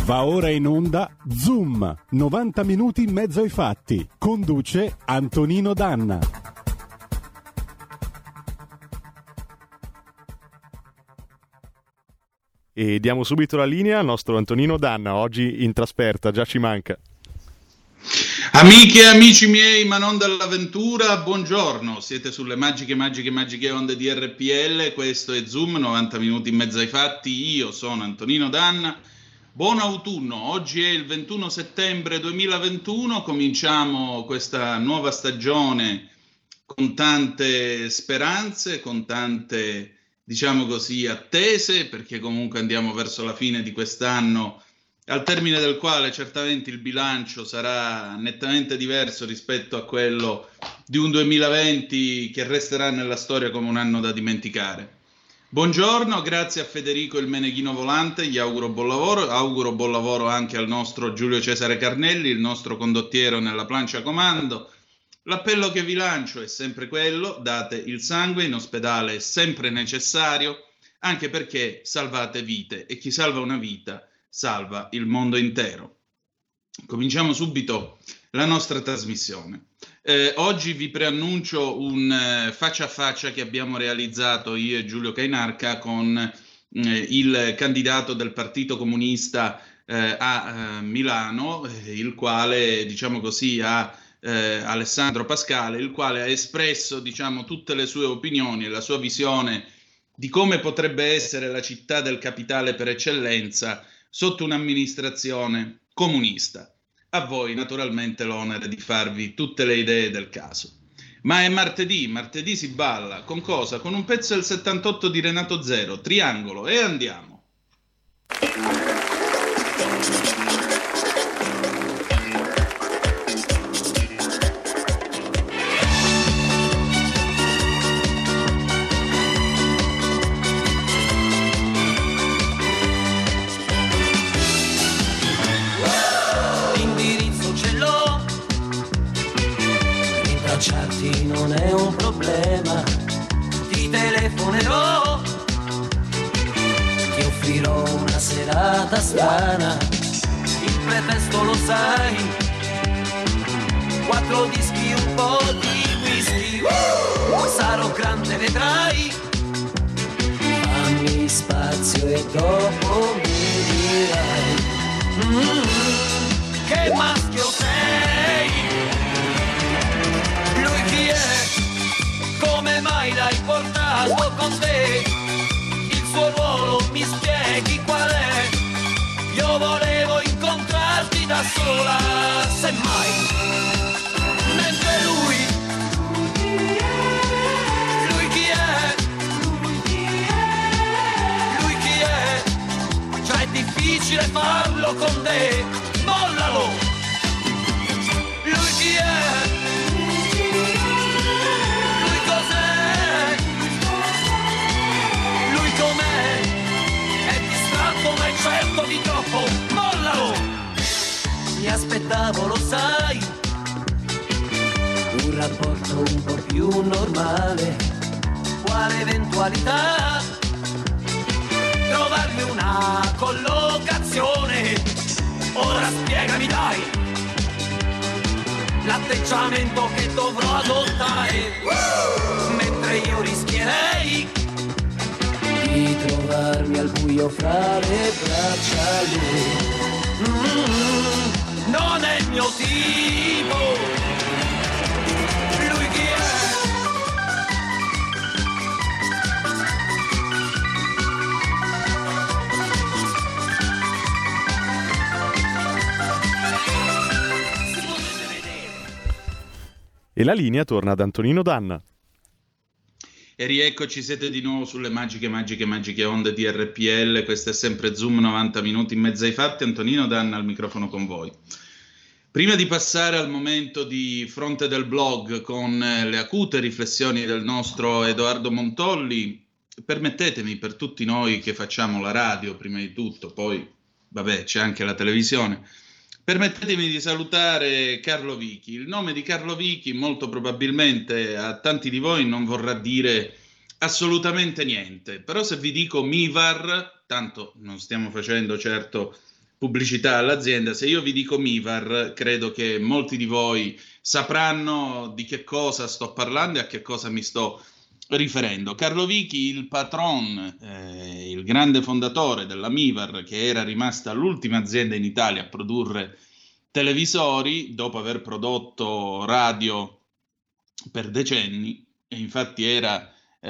Va ora in onda Zoom, 90 minuti in mezzo ai fatti. Conduce Antonino Danna. E diamo subito la linea al nostro Antonino Danna, oggi in trasferta, già ci manca. Amiche e amici miei, ma non dall'avventura, buongiorno, siete sulle magiche onde di RPL, questo è Zoom, 90 minuti in mezzo ai fatti, io sono Antonino Danna, buon autunno, oggi è il 21 settembre 2021, cominciamo questa nuova stagione con tante speranze, con tante, diciamo così, attese, perché comunque andiamo verso la fine di quest'anno, al termine del quale certamente il bilancio sarà nettamente diverso rispetto a quello di un 2020 che resterà nella storia come un anno da dimenticare. Buongiorno, grazie a Federico il Meneghino Volante, gli auguro buon lavoro anche al nostro Giulio Cesare Carnelli, il nostro condottiero nella plancia comando. L'appello che vi lancio è sempre quello: date il sangue, in ospedale è sempre necessario, anche perché salvate vite e chi salva una vita salva il mondo intero. Cominciamo subito la nostra trasmissione. Oggi vi preannuncio un faccia a faccia che abbiamo realizzato io e Giulio Cainarca con il candidato del Partito Comunista a Milano, il quale, diciamo così, Alessandro Pascale, il quale ha espresso, diciamo, tutte le sue opinioni e la sua visione di come potrebbe essere la città del capitale per eccellenza sotto un'amministrazione comunista. A voi naturalmente l'onere di farvi tutte le idee del caso. Ma è martedì si balla, con cosa? Con un pezzo del 78 di Renato Zero, Triangolo, e andiamo. Non è un problema, ti telefonerò, ti offrirò una serata strana, il pretesto lo sai, 4 dischi, un po' di whisky, sarò grande vedrai, fammi spazio e dopo mi dirai, che maschio sei. Chi è? Come mai l'hai portato con te? Il suo ruolo mi spieghi qual è? Io volevo incontrarti da sola, semmai. Mentre lui chi è? Lui chi è? Cioè è difficile farlo con te, mollalo. Lui chi è? Ma è certo di troppo, mollalo! Mi aspettavo, lo sai, un rapporto un po' più normale. Quale eventualità? Trovarmi una collocazione. Ora spiegami dai, l'atteggiamento che dovrò adottare, mentre io rischierei di trovarmi al buio fra le braccia lui. Non è il mio tipo. Lui chi è? E la linea torna ad Antonino Danna. E rieccoci, siete di nuovo sulle magiche onde di RPL. Questo è sempre Zoom, 90 minuti in mezzo ai fatti. Antonino Danna al microfono con voi. Prima di passare al momento di fronte del blog con le acute riflessioni del nostro Edoardo Montolli, permettetemi, per tutti noi che facciamo la radio prima di tutto, poi vabbè c'è anche la televisione, permettetemi di salutare Carlo Vichi. Il nome di Carlo Vichi molto probabilmente a tanti di voi non vorrà dire assolutamente niente, però se vi dico Mivar, tanto non stiamo facendo certo pubblicità all'azienda. Se io vi dico Mivar, credo che molti di voi sapranno di che cosa sto parlando e a che cosa mi sto riferendo. Carlo Vichi, il patron, il grande fondatore della Mivar, che era rimasta l'ultima azienda in Italia a produrre televisori, dopo aver prodotto radio per decenni, e infatti era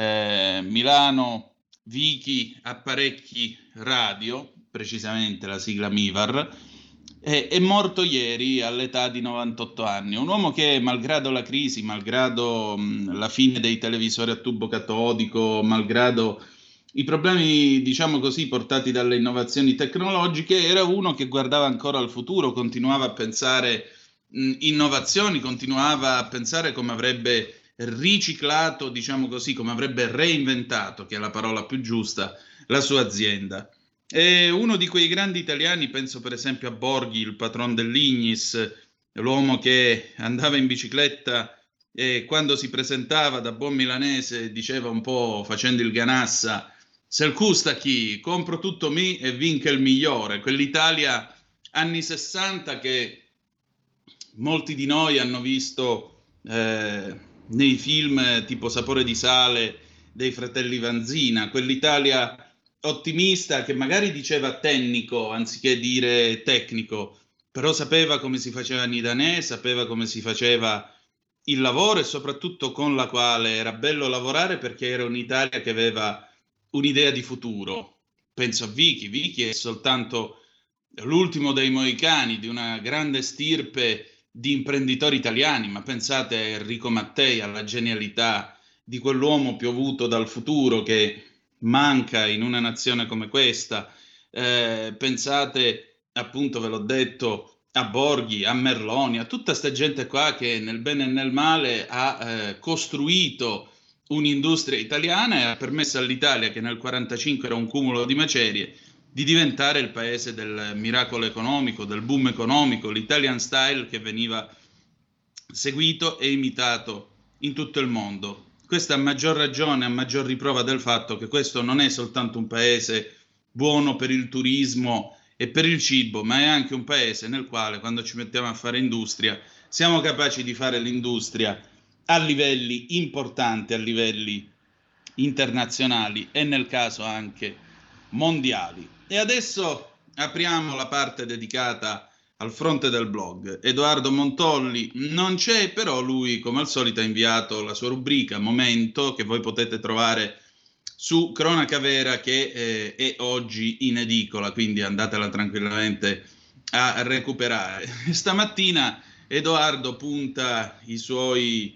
Milano Vichi Apparecchi Radio, precisamente la sigla Mivar, è morto ieri all'età di 98 anni. Un uomo che, malgrado la crisi, malgrado la fine dei televisori a tubo catodico, malgrado i problemi, diciamo così, portati dalle innovazioni tecnologiche, era uno che guardava ancora al futuro, continuava a pensare innovazioni, continuava a pensare come avrebbe riciclato, diciamo così, come avrebbe reinventato, che è la parola più giusta, la sua azienda. È uno di quei grandi italiani, penso per esempio a Borghi, il patron dell'Ignis, l'uomo che andava in bicicletta e quando si presentava da buon milanese diceva un po' facendo il Ganassa: se il custa chi, compro tutto mi e vinca il migliore. Quell'Italia anni 60 che molti di noi hanno visto nei film tipo Sapore di sale dei fratelli Vanzina, quell'Italia ottimista che magari diceva tecnico anziché dire tecnico, però sapeva come si faceva Nidanè, sapeva come si faceva il lavoro e soprattutto con la quale era bello lavorare, perché era un'Italia che aveva un'idea di futuro. Penso a Vichi. Vichi è soltanto l'ultimo dei moicani di una grande stirpe di imprenditori italiani, ma pensate a Enrico Mattei, alla genialità di quell'uomo piovuto dal futuro che manca in una nazione come questa. Pensate appunto, ve l'ho detto, a Borghi, a Merloni, a tutta sta gente qua che nel bene e nel male ha costruito un'industria italiana e ha permesso all'Italia, che nel 1945 era un cumulo di macerie, di diventare il paese del miracolo economico, del boom economico, l'Italian style che veniva seguito e imitato in tutto il mondo. Questa a maggior ragione, a maggior riprova del fatto che questo non è soltanto un paese buono per il turismo e per il cibo, ma è anche un paese nel quale, quando ci mettiamo a fare industria, siamo capaci di fare l'industria a livelli importanti, a livelli internazionali e nel caso anche mondiali. E adesso apriamo la parte dedicata al fronte del blog. Edoardo Montolli non c'è, però lui come al solito ha inviato la sua rubrica Momento, che voi potete trovare su Cronaca Vera, che è oggi in edicola, quindi andatela tranquillamente a recuperare. Stamattina Edoardo punta i suoi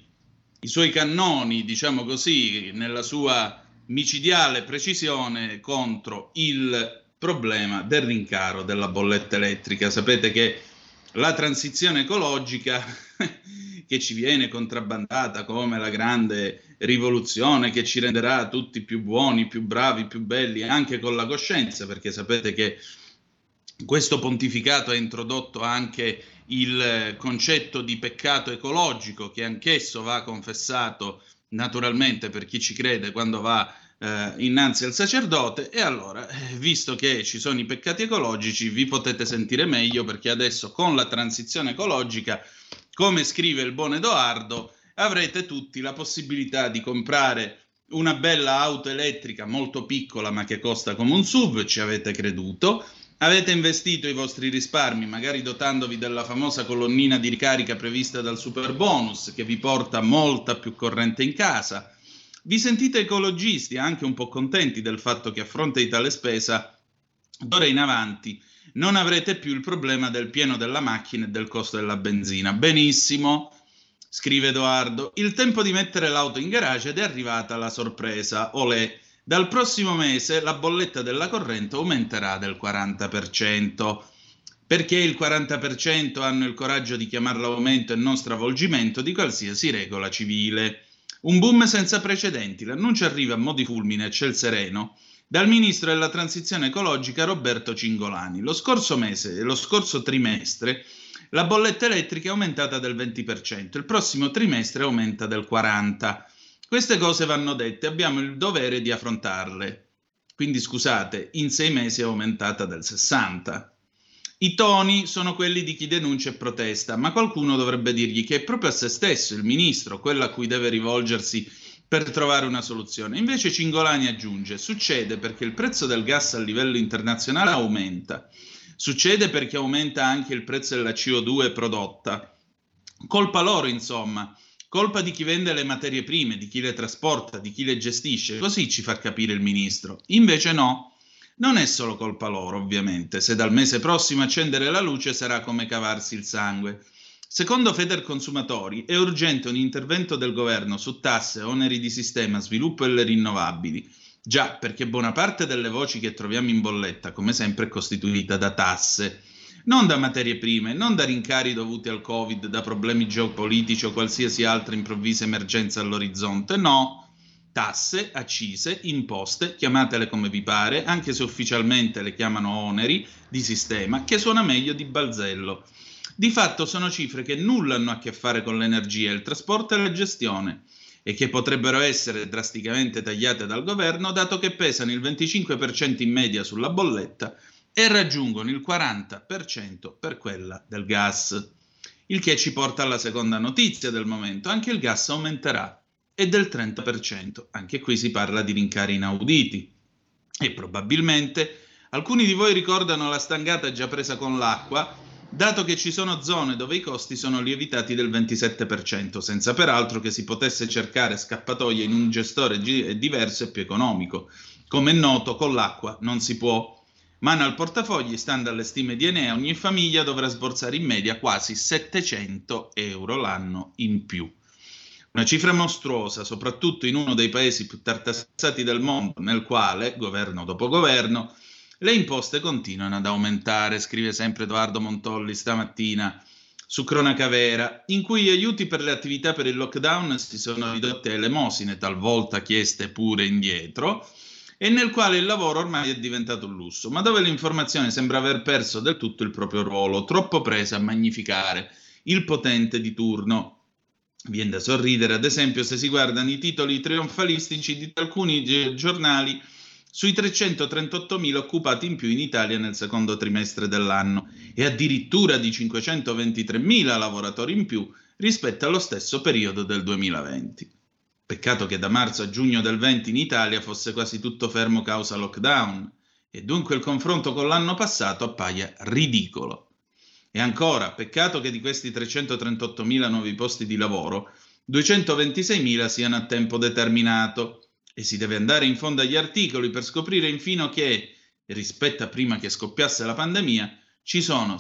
cannoni, diciamo così, nella sua micidiale precisione contro il problema del rincaro della bolletta elettrica. Sapete che la transizione ecologica che ci viene contrabbandata come la grande rivoluzione che ci renderà tutti più buoni, più bravi, più belli, anche con la coscienza, perché sapete che questo pontificato ha introdotto anche il concetto di peccato ecologico, che anch'esso va confessato naturalmente per chi ci crede quando va innanzi al sacerdote. E allora, visto che ci sono i peccati ecologici, vi potete sentire meglio, perché adesso con la transizione ecologica, come scrive il buon Edoardo, avrete tutti la possibilità di comprare una bella auto elettrica molto piccola ma che costa come un SUV. Ci avete creduto, avete investito i vostri risparmi, magari dotandovi della famosa colonnina di ricarica prevista dal super bonus, che vi porta molta più corrente in casa. Vi sentite ecologisti, anche un po' contenti del fatto che a fronte di tale spesa, d'ora in avanti, non avrete più il problema del pieno della macchina e del costo della benzina. Benissimo, scrive Edoardo, il tempo di mettere l'auto in garage ed è arrivata la sorpresa. Olè, dal prossimo mese la bolletta della corrente aumenterà del 40%. Perché il 40% hanno il coraggio di chiamarlo aumento e non stravolgimento di qualsiasi regola civile. Un boom senza precedenti. L'annuncio arriva a mo' di fulmine a ciel sereno dal ministro della transizione ecologica Roberto Cingolani. Lo scorso mese e lo scorso trimestre la bolletta elettrica è aumentata del 20%, il prossimo trimestre aumenta del 40%. Queste cose vanno dette, abbiamo il dovere di affrontarle. Quindi scusate, in 6 mesi è aumentata del 60%. I toni sono quelli di chi denuncia e protesta, ma qualcuno dovrebbe dirgli che è proprio a se stesso, il ministro, quello a cui deve rivolgersi per trovare una soluzione. Invece Cingolani aggiunge: succede perché il prezzo del gas a livello internazionale aumenta, succede perché aumenta anche il prezzo della CO2 prodotta. Colpa loro, insomma, colpa di chi vende le materie prime, di chi le trasporta, di chi le gestisce, così ci fa capire il ministro. Invece no. Non è solo colpa loro, ovviamente, se dal mese prossimo accendere la luce sarà come cavarsi il sangue. Secondo Federconsumatori è urgente un intervento del governo su tasse, oneri di sistema, sviluppo e le rinnovabili. Già, perché buona parte delle voci che troviamo in bolletta, come sempre, è costituita da tasse. Non da materie prime, non da rincari dovuti al Covid, da problemi geopolitici o qualsiasi altra improvvisa emergenza all'orizzonte, no. Tasse, accise, imposte, chiamatele come vi pare, anche se ufficialmente le chiamano oneri di sistema, che suona meglio di balzello. Di fatto sono cifre che nulla hanno a che fare con l'energia, il trasporto e la gestione, e che potrebbero essere drasticamente tagliate dal governo, dato che pesano il 25% in media sulla bolletta e raggiungono il 40% per quella del gas. Il che ci porta alla seconda notizia del momento: anche il gas aumenterà. E del 30%. Anche qui si parla di rincari inauditi. E probabilmente alcuni di voi ricordano la stangata già presa con l'acqua, dato che ci sono zone dove i costi sono lievitati del 27%, senza peraltro che si potesse cercare scappatoie in un gestore diverso e più economico. Come è noto, con l'acqua non si può. Mano al portafogli, stando alle stime di Enea, ogni famiglia dovrà sborsare in media quasi 700 euro l'anno in più. Una cifra mostruosa, soprattutto in uno dei paesi più tartassati del mondo, nel quale, governo dopo governo, le imposte continuano ad aumentare, scrive sempre Edoardo Montolli stamattina su Cronaca Vera, in cui gli aiuti per le attività per il lockdown si sono ridotti a elemosine, talvolta chieste pure indietro, e nel quale il lavoro ormai è diventato un lusso, ma dove l'informazione sembra aver perso del tutto il proprio ruolo, troppo presa a magnificare il potente di turno. Viene da sorridere, ad esempio, se si guardano i titoli trionfalistici di alcuni giornali sui 338.000 occupati in più in Italia nel secondo trimestre dell'anno e addirittura di 523.000 lavoratori in più rispetto allo stesso periodo del 2020. Peccato che da marzo a giugno del 20 in Italia fosse quasi tutto fermo causa lockdown e dunque il confronto con l'anno passato appaia ridicolo. E ancora, peccato che di questi 338.000 nuovi posti di lavoro, 226.000 siano a tempo determinato. E si deve andare in fondo agli articoli per scoprire infine che, rispetto a prima che scoppiasse la pandemia, ci sono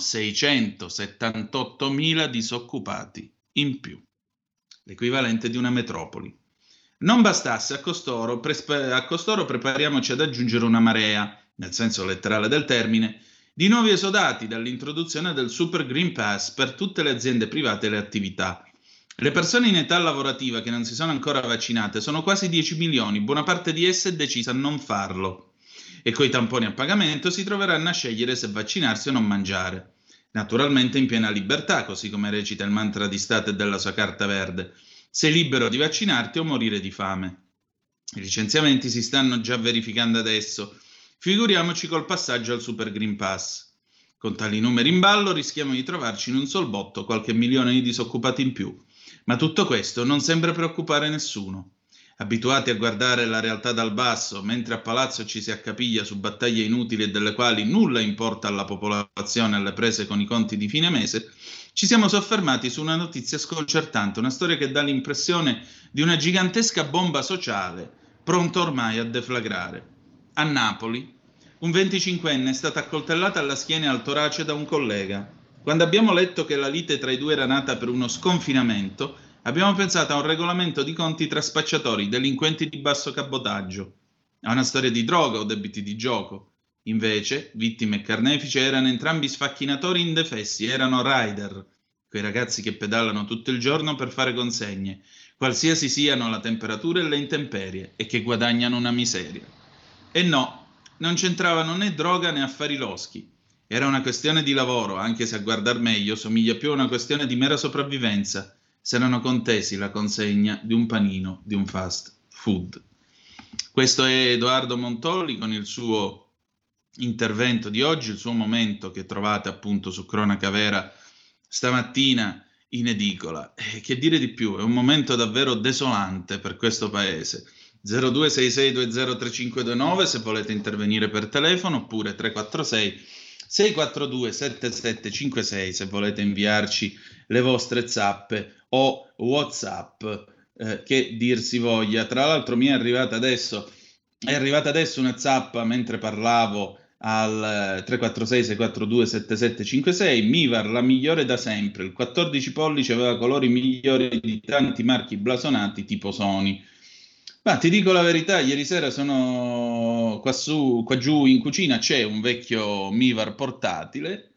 678.000 disoccupati in più, l'equivalente di una metropoli. Non bastasse, a costoro prepariamoci ad aggiungere una marea, nel senso letterale del termine, di nuovi esodati dall'introduzione del Super Green Pass per tutte le aziende private e le attività. Le persone in età lavorativa che non si sono ancora vaccinate sono quasi 10 milioni, buona parte di esse è decisa a non farlo. E coi tamponi a pagamento si troveranno a scegliere se vaccinarsi o non mangiare. Naturalmente in piena libertà, così come recita il mantra di Stato e della sua carta verde. Sei libero di vaccinarti o morire di fame. I licenziamenti si stanno già verificando adesso. Figuriamoci col passaggio al Super Green Pass. Con tali numeri in ballo rischiamo di trovarci in un sol botto qualche milione di disoccupati in più. Ma tutto questo non sembra preoccupare nessuno. Abituati a guardare la realtà dal basso, mentre a palazzo ci si accapiglia su battaglie inutili e delle quali nulla importa alla popolazione alle prese con i conti di fine mese, ci siamo soffermati su una notizia sconcertante, una storia che dà l'impressione di una gigantesca bomba sociale, pronta ormai a deflagrare. A Napoli, un 25enne è stato accoltellato alla schiena e al torace da un collega. Quando abbiamo letto che la lite tra i due era nata per uno sconfinamento, abbiamo pensato a un regolamento di conti tra spacciatori, delinquenti di basso cabotaggio, a una storia di droga o debiti di gioco. Invece, vittime e carnefici erano entrambi sfacchinatori indefessi, erano rider, quei ragazzi che pedalano tutto il giorno per fare consegne, qualsiasi siano la temperatura e le intemperie, e che guadagnano una miseria. E no, non c'entravano né droga né affari loschi. Era una questione di lavoro, anche se a guardar meglio somiglia più a una questione di mera sopravvivenza, se erano contesi la consegna di un panino di un fast food. Questo è Edoardo Montolli con il suo intervento di oggi, il suo momento che trovate appunto su Cronaca Vera stamattina in edicola. Che dire di più? È un momento davvero desolante per questo paese. 0266203529 se volete intervenire per telefono, oppure 346 642 7756 se volete inviarci le vostre zappe o WhatsApp, che dir si voglia. Tra l'altro mi è arrivata adesso una zappa mentre parlavo al 346 642 7756. Mivar, la migliore da sempre, il 14 pollici aveva colori migliori di tanti marchi blasonati tipo Sony. Ma ti dico la verità, ieri sera sono qua giù in cucina, c'è un vecchio Mivar portatile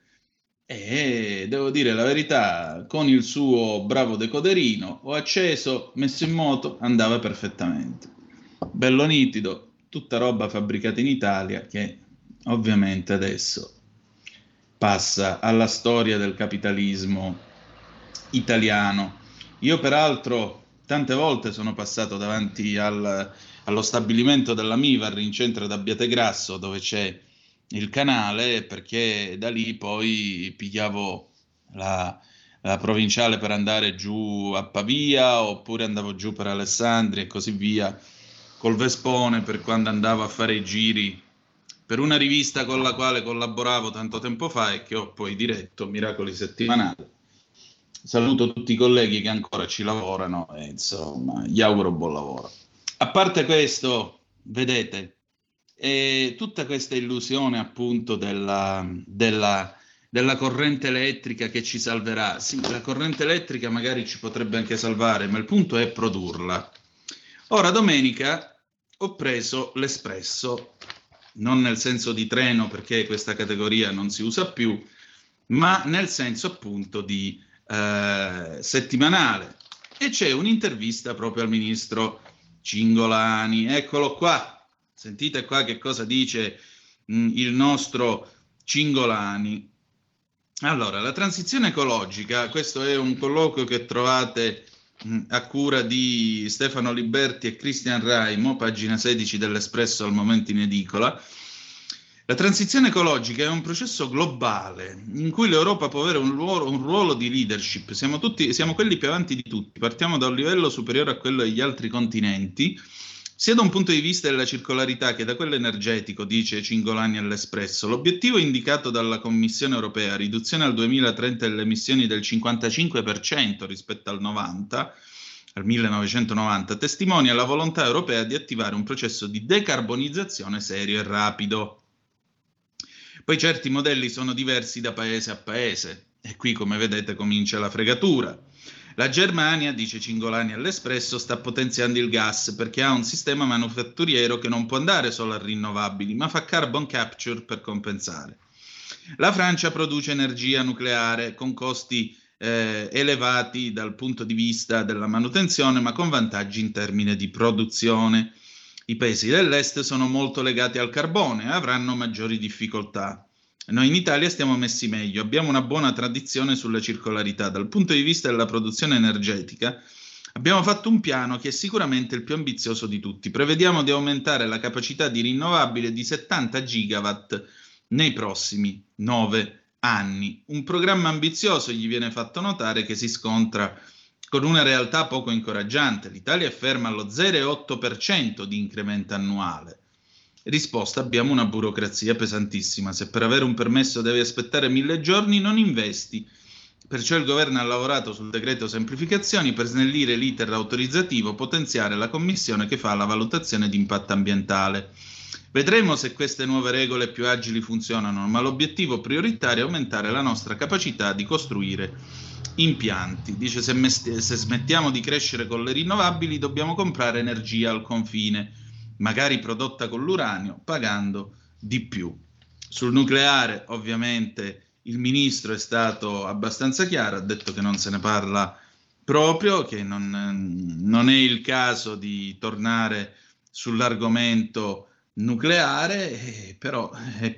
e devo dire la verità, con il suo bravo decoderino ho acceso, messo in moto, andava perfettamente. Bello nitido, tutta roba fabbricata in Italia che ovviamente adesso passa alla storia del capitalismo italiano. Io peraltro tante volte sono passato davanti allo stabilimento della Mivar in centro ad Abbiategrasso, dove c'è il canale, perché da lì poi pigliavo la provinciale per andare giù a Pavia, oppure andavo giù per Alessandria e così via, col Vespone, per quando andavo a fare i giri per una rivista con la quale collaboravo tanto tempo fa e che ho poi diretto, Miracoli Settimanali. Saluto tutti i colleghi che ancora ci lavorano e insomma gli auguro buon lavoro. A parte questo, vedete, tutta questa illusione appunto della corrente elettrica che ci salverà. Sì, la corrente elettrica magari ci potrebbe anche salvare, ma il punto è produrla. Ora, domenica ho preso l'Espresso, non nel senso di treno perché questa categoria non si usa più, ma nel senso appunto di settimanale, e c'è un'intervista proprio al ministro Cingolani. Eccolo qua, sentite qua che cosa dice il nostro Cingolani. Allora, la transizione ecologica, questo è un colloquio che trovate a cura di Stefano Liberti e Cristian Raimo, pagina 16 dell'Espresso al momento in edicola. La transizione ecologica è un processo globale in cui l'Europa può avere un ruolo di leadership. Siamo quelli più avanti di tutti, partiamo da un livello superiore a quello degli altri continenti, sia da un punto di vista della circolarità che da quello energetico, dice Cingolani all'Espresso. L'obiettivo indicato dalla Commissione europea, riduzione al 2030 delle emissioni del 55% rispetto al 1990, testimonia la volontà europea di attivare un processo di decarbonizzazione serio e rapido. Poi certi modelli sono diversi da paese a paese e qui, come vedete, comincia la fregatura. La Germania, dice Cingolani all'Espresso, sta potenziando il gas perché ha un sistema manufatturiero che non può andare solo a rinnovabili, ma fa carbon capture per compensare. La Francia produce energia nucleare con costi elevati dal punto di vista della manutenzione, ma con vantaggi in termini di produzione. I paesi dell'est sono molto legati al carbone e avranno maggiori difficoltà. Noi in Italia stiamo messi meglio, abbiamo una buona tradizione sulla circolarità. Dal punto di vista della produzione energetica abbiamo fatto un piano che è sicuramente il più ambizioso di tutti. Prevediamo di aumentare la capacità di rinnovabile di 70 gigawatt nei prossimi 9 anni. Un programma ambizioso, gli viene fatto notare, che si scontra con una realtà poco incoraggiante. L'Italia è ferma allo 0,8% di incremento annuale. Risposta: abbiamo una burocrazia pesantissima. Se per avere un permesso devi aspettare 1000 giorni, non investi. Perciò il governo ha lavorato sul decreto semplificazioni per snellire l'iter autorizzativo, potenziare la commissione che fa la valutazione di impatto ambientale. Vedremo se queste nuove regole più agili funzionano, ma l'obiettivo prioritario è aumentare la nostra capacità di costruire impianti. Dice: se smettiamo di crescere con le rinnovabili, dobbiamo comprare energia al confine, magari prodotta con l'uranio, pagando di più. Sul nucleare, ovviamente, il ministro è stato abbastanza chiaro, ha detto che non se ne parla proprio, che non è il caso di tornare sull'argomento nucleare, però.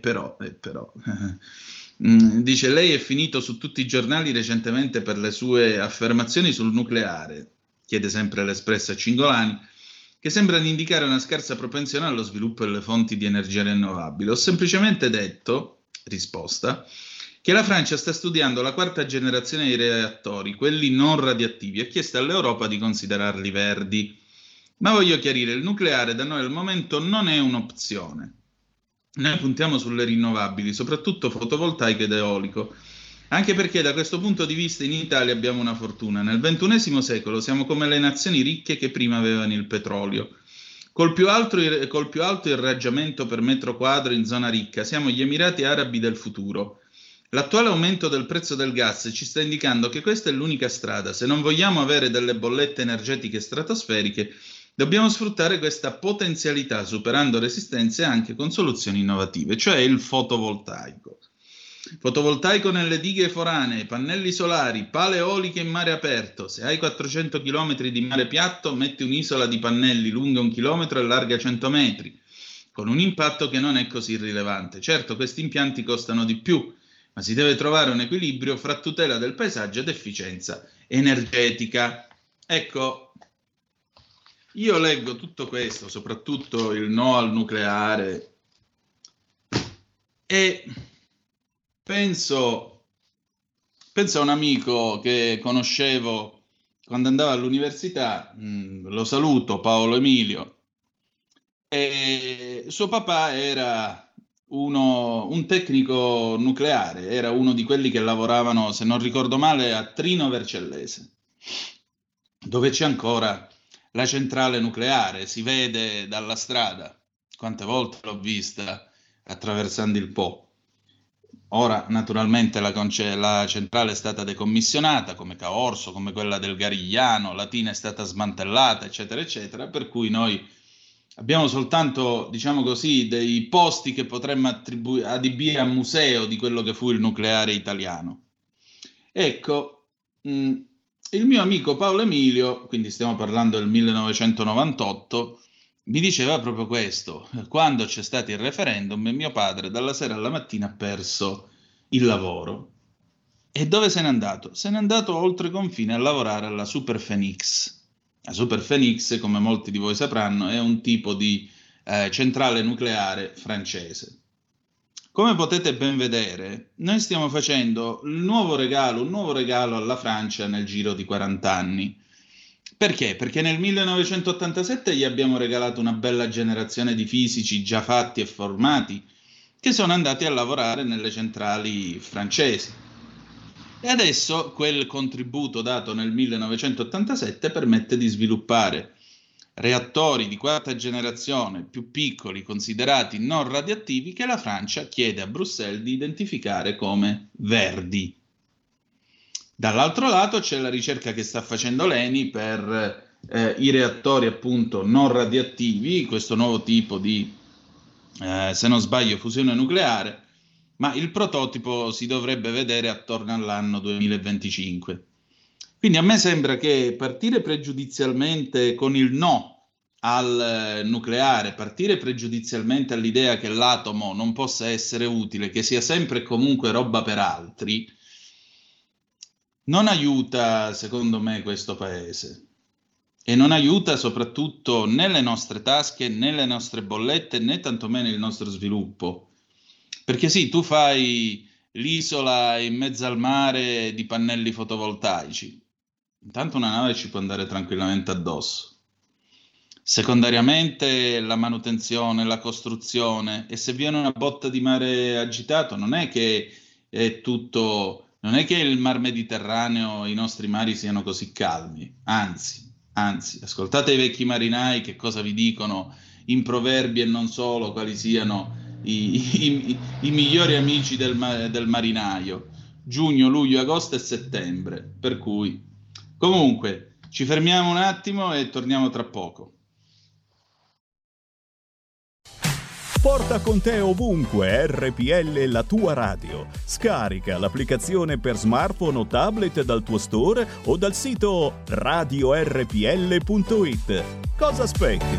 Dice: lei è finito su tutti i giornali recentemente per le sue affermazioni sul nucleare, chiede sempre l'Espresso a Cingolani. che sembrano indicare una scarsa propensione allo sviluppo delle fonti di energia rinnovabile. Ho semplicemente detto, risposta, che la Francia sta studiando la quarta generazione di reattori, quelli non radioattivi, e ha chiesto all'Europa di considerarli verdi. Ma voglio chiarire, il nucleare da noi al momento non è un'opzione. Noi puntiamo sulle rinnovabili, soprattutto fotovoltaico ed eolico, anche perché da questo punto di vista in Italia abbiamo una fortuna. Nel XXI secolo siamo come le nazioni ricche che prima avevano il petrolio. Col più alto irraggiamento per metro quadro in zona ricca, siamo gli Emirati Arabi del futuro. L'attuale aumento del prezzo del gas ci sta indicando che questa è l'unica strada. Se non vogliamo avere delle bollette energetiche stratosferiche, dobbiamo sfruttare questa potenzialità superando resistenze anche con soluzioni innovative, cioè il fotovoltaico. Fotovoltaico nelle dighe foranee, pannelli solari, pale eoliche in mare aperto. Se hai 400 km di mare piatto, metti un'isola di pannelli lunga 1 chilometro e larga 100 metri, con un impatto che non è così rilevante. Certo, questi impianti costano di più, ma si deve trovare un equilibrio fra tutela del paesaggio ed efficienza energetica. Ecco, io leggo tutto questo, soprattutto il no al nucleare, e penso a un amico che conoscevo quando andavo all'università, lo saluto, Paolo Emilio, e suo papà era un tecnico nucleare, era uno di quelli che lavoravano, se non ricordo male, a Trino Vercellese, dove c'è ancora la centrale nucleare, si vede dalla strada, quante volte l'ho vista attraversando il Po. Ora naturalmente la centrale è stata decommissionata, come Caorso, come quella del Garigliano, Latina è stata smantellata, eccetera, eccetera, per cui noi abbiamo soltanto, diciamo così, dei posti che potremmo adibire a museo di quello che fu il nucleare italiano. Ecco, il mio amico Paolo Emilio, quindi stiamo parlando del 1998, mi diceva proprio questo: quando c'è stato il referendum mio padre dalla sera alla mattina ha perso il lavoro. E dove se n'è andato? Se n'è andato oltre confine a lavorare alla Super Phoenix. La Super Phoenix, come molti di voi sapranno, è un tipo di centrale nucleare francese. Come potete ben vedere, noi stiamo facendo un nuovo regalo alla Francia nel giro di 40 anni. Perché? Perché nel 1987 gli abbiamo regalato una bella generazione di fisici già fatti e formati che sono andati a lavorare nelle centrali francesi. E adesso quel contributo dato nel 1987 permette di sviluppare reattori di quarta generazione più piccoli, considerati non radioattivi, che la Francia chiede a Bruxelles di identificare come verdi. Dall'altro lato c'è la ricerca che sta facendo l'ENI per i reattori appunto non radioattivi, questo nuovo tipo di, se non sbaglio, fusione nucleare, ma il prototipo si dovrebbe vedere attorno all'anno 2025. Quindi a me sembra che partire pregiudizialmente con il no al nucleare, partire pregiudizialmente all'idea che l'atomo non possa essere utile, che sia sempre e comunque roba per altri, non aiuta, secondo me, questo paese. E non aiuta soprattutto né le nostre tasche, né le nostre bollette, né tantomeno il nostro sviluppo. Perché sì, tu fai l'isola in mezzo al mare di pannelli fotovoltaici. Intanto una nave ci può andare tranquillamente addosso. Secondariamente la manutenzione, la costruzione, e se viene una botta di mare agitato, non è che è tutto... Non è che il Mar Mediterraneo, i nostri mari siano così calmi, anzi, ascoltate i vecchi marinai che cosa vi dicono in proverbi e non solo, quali siano i migliori amici del marinaio: giugno, luglio, agosto e settembre. Per cui, comunque, ci fermiamo un attimo e torniamo tra poco. Porta con te ovunque RPL, la tua radio. Scarica l'applicazione per smartphone o tablet dal tuo store o dal sito radiorpl.it. Cosa aspetti?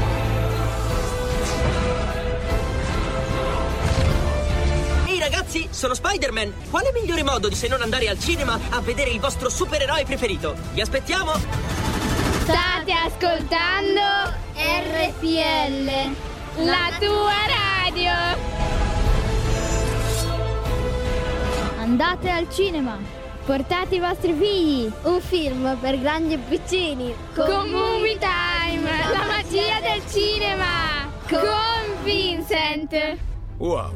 Ehi ragazzi, sono Spider-Man. Quale migliore modo di se non andare al cinema a vedere il vostro supereroe preferito? Vi aspettiamo! State ascoltando RPL, la tua radio. Andate al cinema, portate i vostri figli. Un film per grandi e piccini. Con Movie Time, la magia del cinema. Con Vincent. Wow.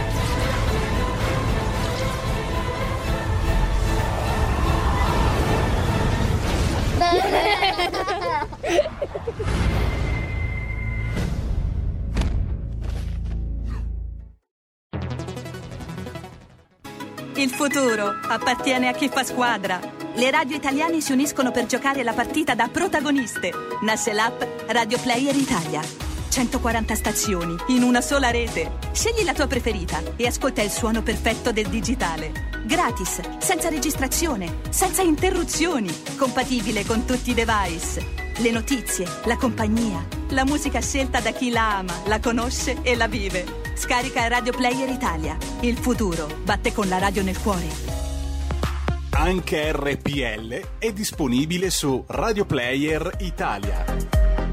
Il futuro appartiene a chi fa squadra. Le radio italiane si uniscono per giocare la partita da protagoniste. Nasce l'app Radio Player Italia. 140 stazioni in una sola rete. Scegli la tua preferita e ascolta il suono perfetto del digitale. Gratis, senza registrazione, senza interruzioni. Compatibile con tutti i device. Le notizie, la compagnia, la musica scelta da chi la ama, la conosce e la vive. Scarica Radio Player Italia. Il futuro batte con la radio nel cuore. Anche RPL è disponibile su Radio Player Italia.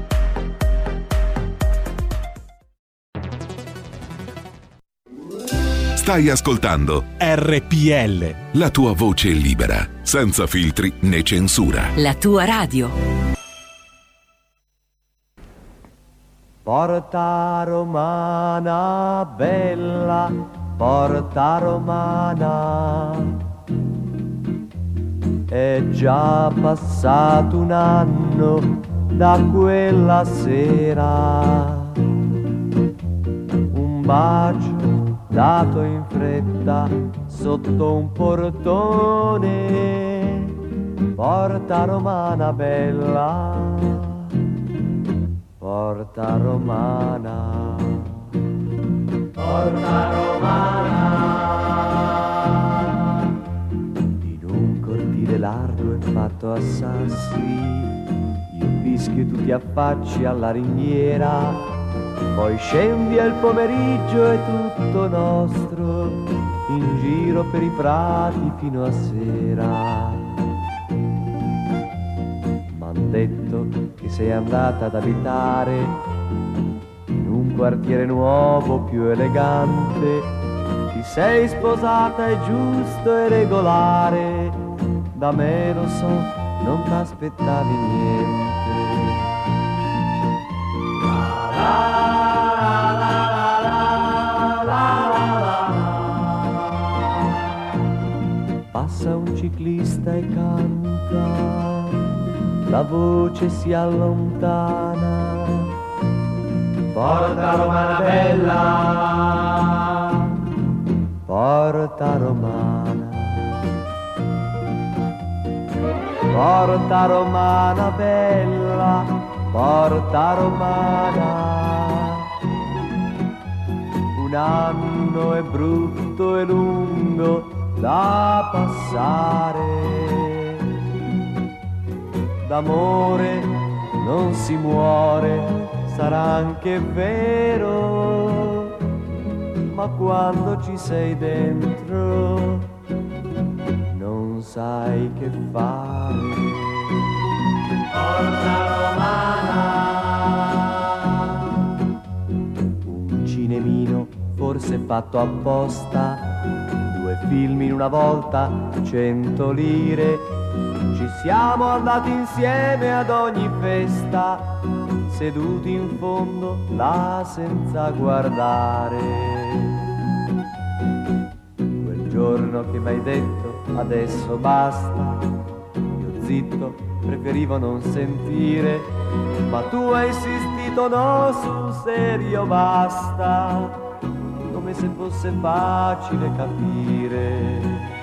Stai ascoltando RPL, la tua voce libera, senza filtri né censura. La tua radio. Porta romana bella, porta romana. È già passato un anno da quella sera. Un bacio dato in fretta sotto un portone. Porta romana bella, porta romana, porta romana. In un cortile largo e fatto a sassi, io fischio e tu ti affacci alla ringhiera. Poi scendi e il pomeriggio è tutto nostro, in giro per i prati fino a sera. M'han detto che sei andata ad abitare in un quartiere nuovo più elegante. Ti sei sposata, è giusto e regolare. Da me lo so, non t'aspettavi niente. Passa un ciclista e canta, la voce si allontana. Porta romana bella, porta romana, porta romana bella, porta romana. Un anno è brutto e lungo da passare, d'amore non si muore, sarà anche vero, ma quando ci sei dentro non sai che fare. Porta romana, un cinemino forse fatto apposta, 2 film in una volta, 100 lire. Ci siamo andati insieme ad ogni festa, seduti in fondo là senza guardare. Quel giorno che m'hai detto adesso basta, io zitto preferivo non sentire, ma tu hai insistito no, sul serio basta, come se fosse facile capire.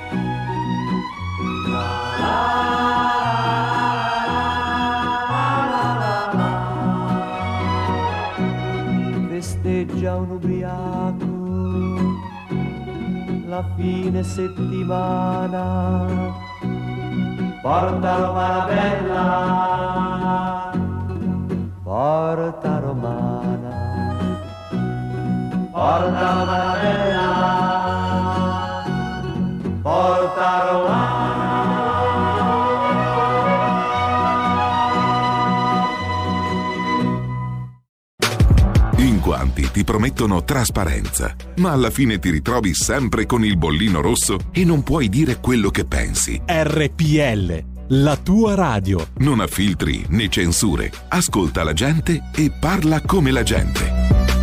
Festeggia un ubriaco la fine settimana. Porta romana bella, porta romana, porta romana bella. quanti ti promettono trasparenza, ma alla fine ti ritrovi sempre con il bollino rosso e non puoi dire quello che pensi. RPL, la tua radio. Non ha filtri né censure. Ascolta la gente e parla come la gente.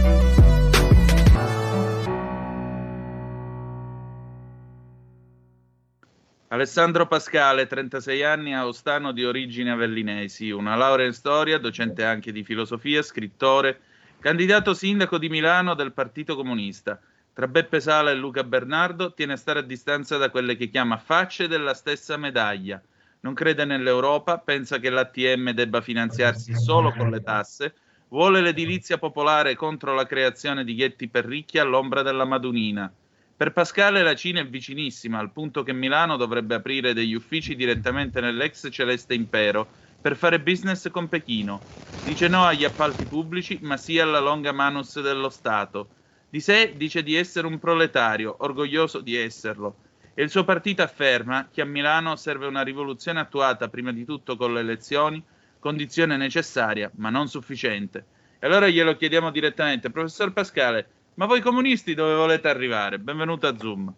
Alessandro Pascale, 36 anni, aostano di origini avellinesi, una laurea in storia, docente anche di filosofia, scrittore, candidato sindaco di Milano del Partito Comunista. Tra Beppe Sala e Luca Bernardo tiene a stare a distanza da quelle che chiama facce della stessa medaglia. Non crede nell'Europa, pensa che l'ATM debba finanziarsi solo con le tasse, vuole l'edilizia popolare contro la creazione di ghetti per ricchi all'ombra della Madunina. Per Pascale la Cina è vicinissima, al punto che Milano dovrebbe aprire degli uffici direttamente nell'ex Celeste Impero per fare business con Pechino. Dice no agli appalti pubblici, ma sì alla longa manus dello Stato. Di sé dice di essere un proletario, orgoglioso di esserlo. E il suo partito afferma che a Milano serve una rivoluzione attuata prima di tutto con le elezioni, condizione necessaria ma non sufficiente. E allora glielo chiediamo direttamente. Professor Pascale, ma voi comunisti dove volete arrivare? Benvenuto a Zoom.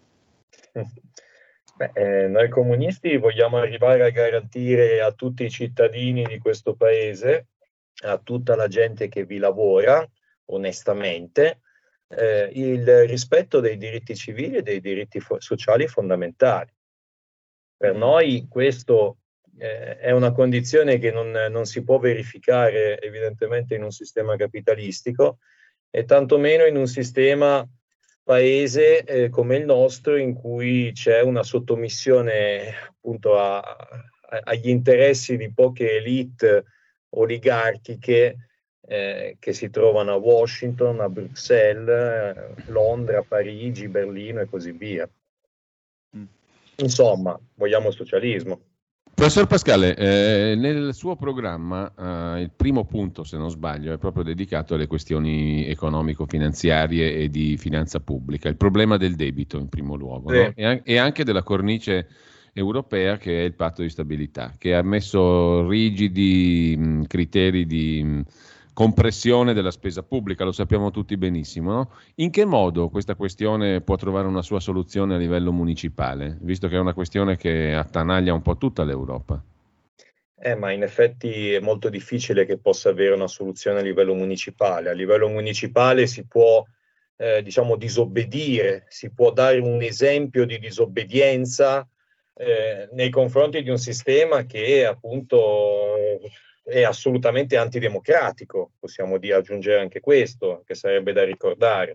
Noi comunisti vogliamo arrivare a garantire a tutti i cittadini di questo paese, a tutta la gente che vi lavora onestamente, il rispetto dei diritti civili e dei diritti sociali fondamentali. Per noi questo è una condizione che non si può verificare evidentemente in un sistema capitalistico, e tantomeno in un sistema paese come il nostro, in cui c'è una sottomissione appunto agli interessi di poche elite oligarchiche che si trovano a Washington, a Bruxelles, Londra, Parigi, Berlino e così via. Insomma, vogliamo socialismo. Professor Pascale, nel suo programma il primo punto, se non sbaglio, è proprio dedicato alle questioni economico-finanziarie e di finanza pubblica, il problema del debito in primo luogo, sì. No? E anche della cornice europea, che è il patto di stabilità, che ha messo rigidi criteri di compressione della spesa pubblica, lo sappiamo tutti benissimo, no? In che modo questa questione può trovare una sua soluzione a livello municipale, visto che è una questione che attanaglia un po' tutta l'Europa? Ma in effetti è molto difficile che possa avere una soluzione a livello municipale. A livello municipale si può disobbedire, si può dare un esempio di disobbedienza nei confronti di un sistema che appunto è assolutamente antidemocratico, possiamo aggiungere anche questo, che sarebbe da ricordare.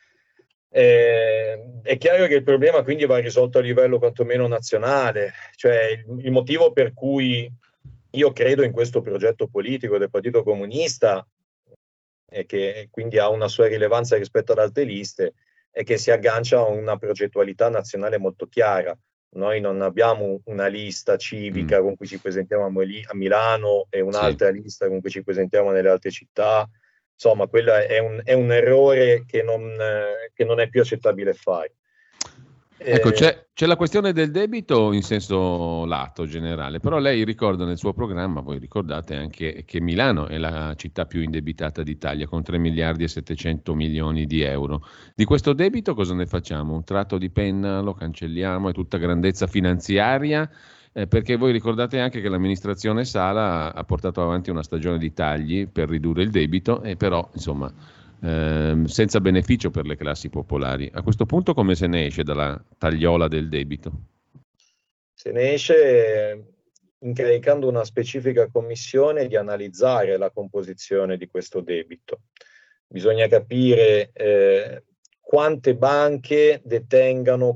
È chiaro che il problema quindi va risolto a livello quantomeno nazionale, cioè il motivo per cui io credo in questo progetto politico del Partito Comunista, e che quindi ha una sua rilevanza rispetto ad altre liste, è che si aggancia a una progettualità nazionale molto chiara. Noi non abbiamo una lista civica con cui ci presentiamo a Milano e un'altra lista con cui ci presentiamo nelle altre città. Insomma, quello è un errore che non è più accettabile fare. Ecco, c'è la questione del debito in senso lato generale, però lei ricorda nel suo programma, voi ricordate anche che Milano è la città più indebitata d'Italia, con 3 miliardi e 700 milioni di euro. Di questo debito cosa ne facciamo? Un tratto di penna, lo cancelliamo, è tutta grandezza finanziaria? Perché voi ricordate anche che l'amministrazione Sala ha portato avanti una stagione di tagli per ridurre il debito, e però insomma senza beneficio per le classi popolari. A questo punto come se ne esce dalla tagliola del debito? Se ne esce incaricando una specifica commissione di analizzare la composizione di questo debito. Bisogna capire quante banche detengano,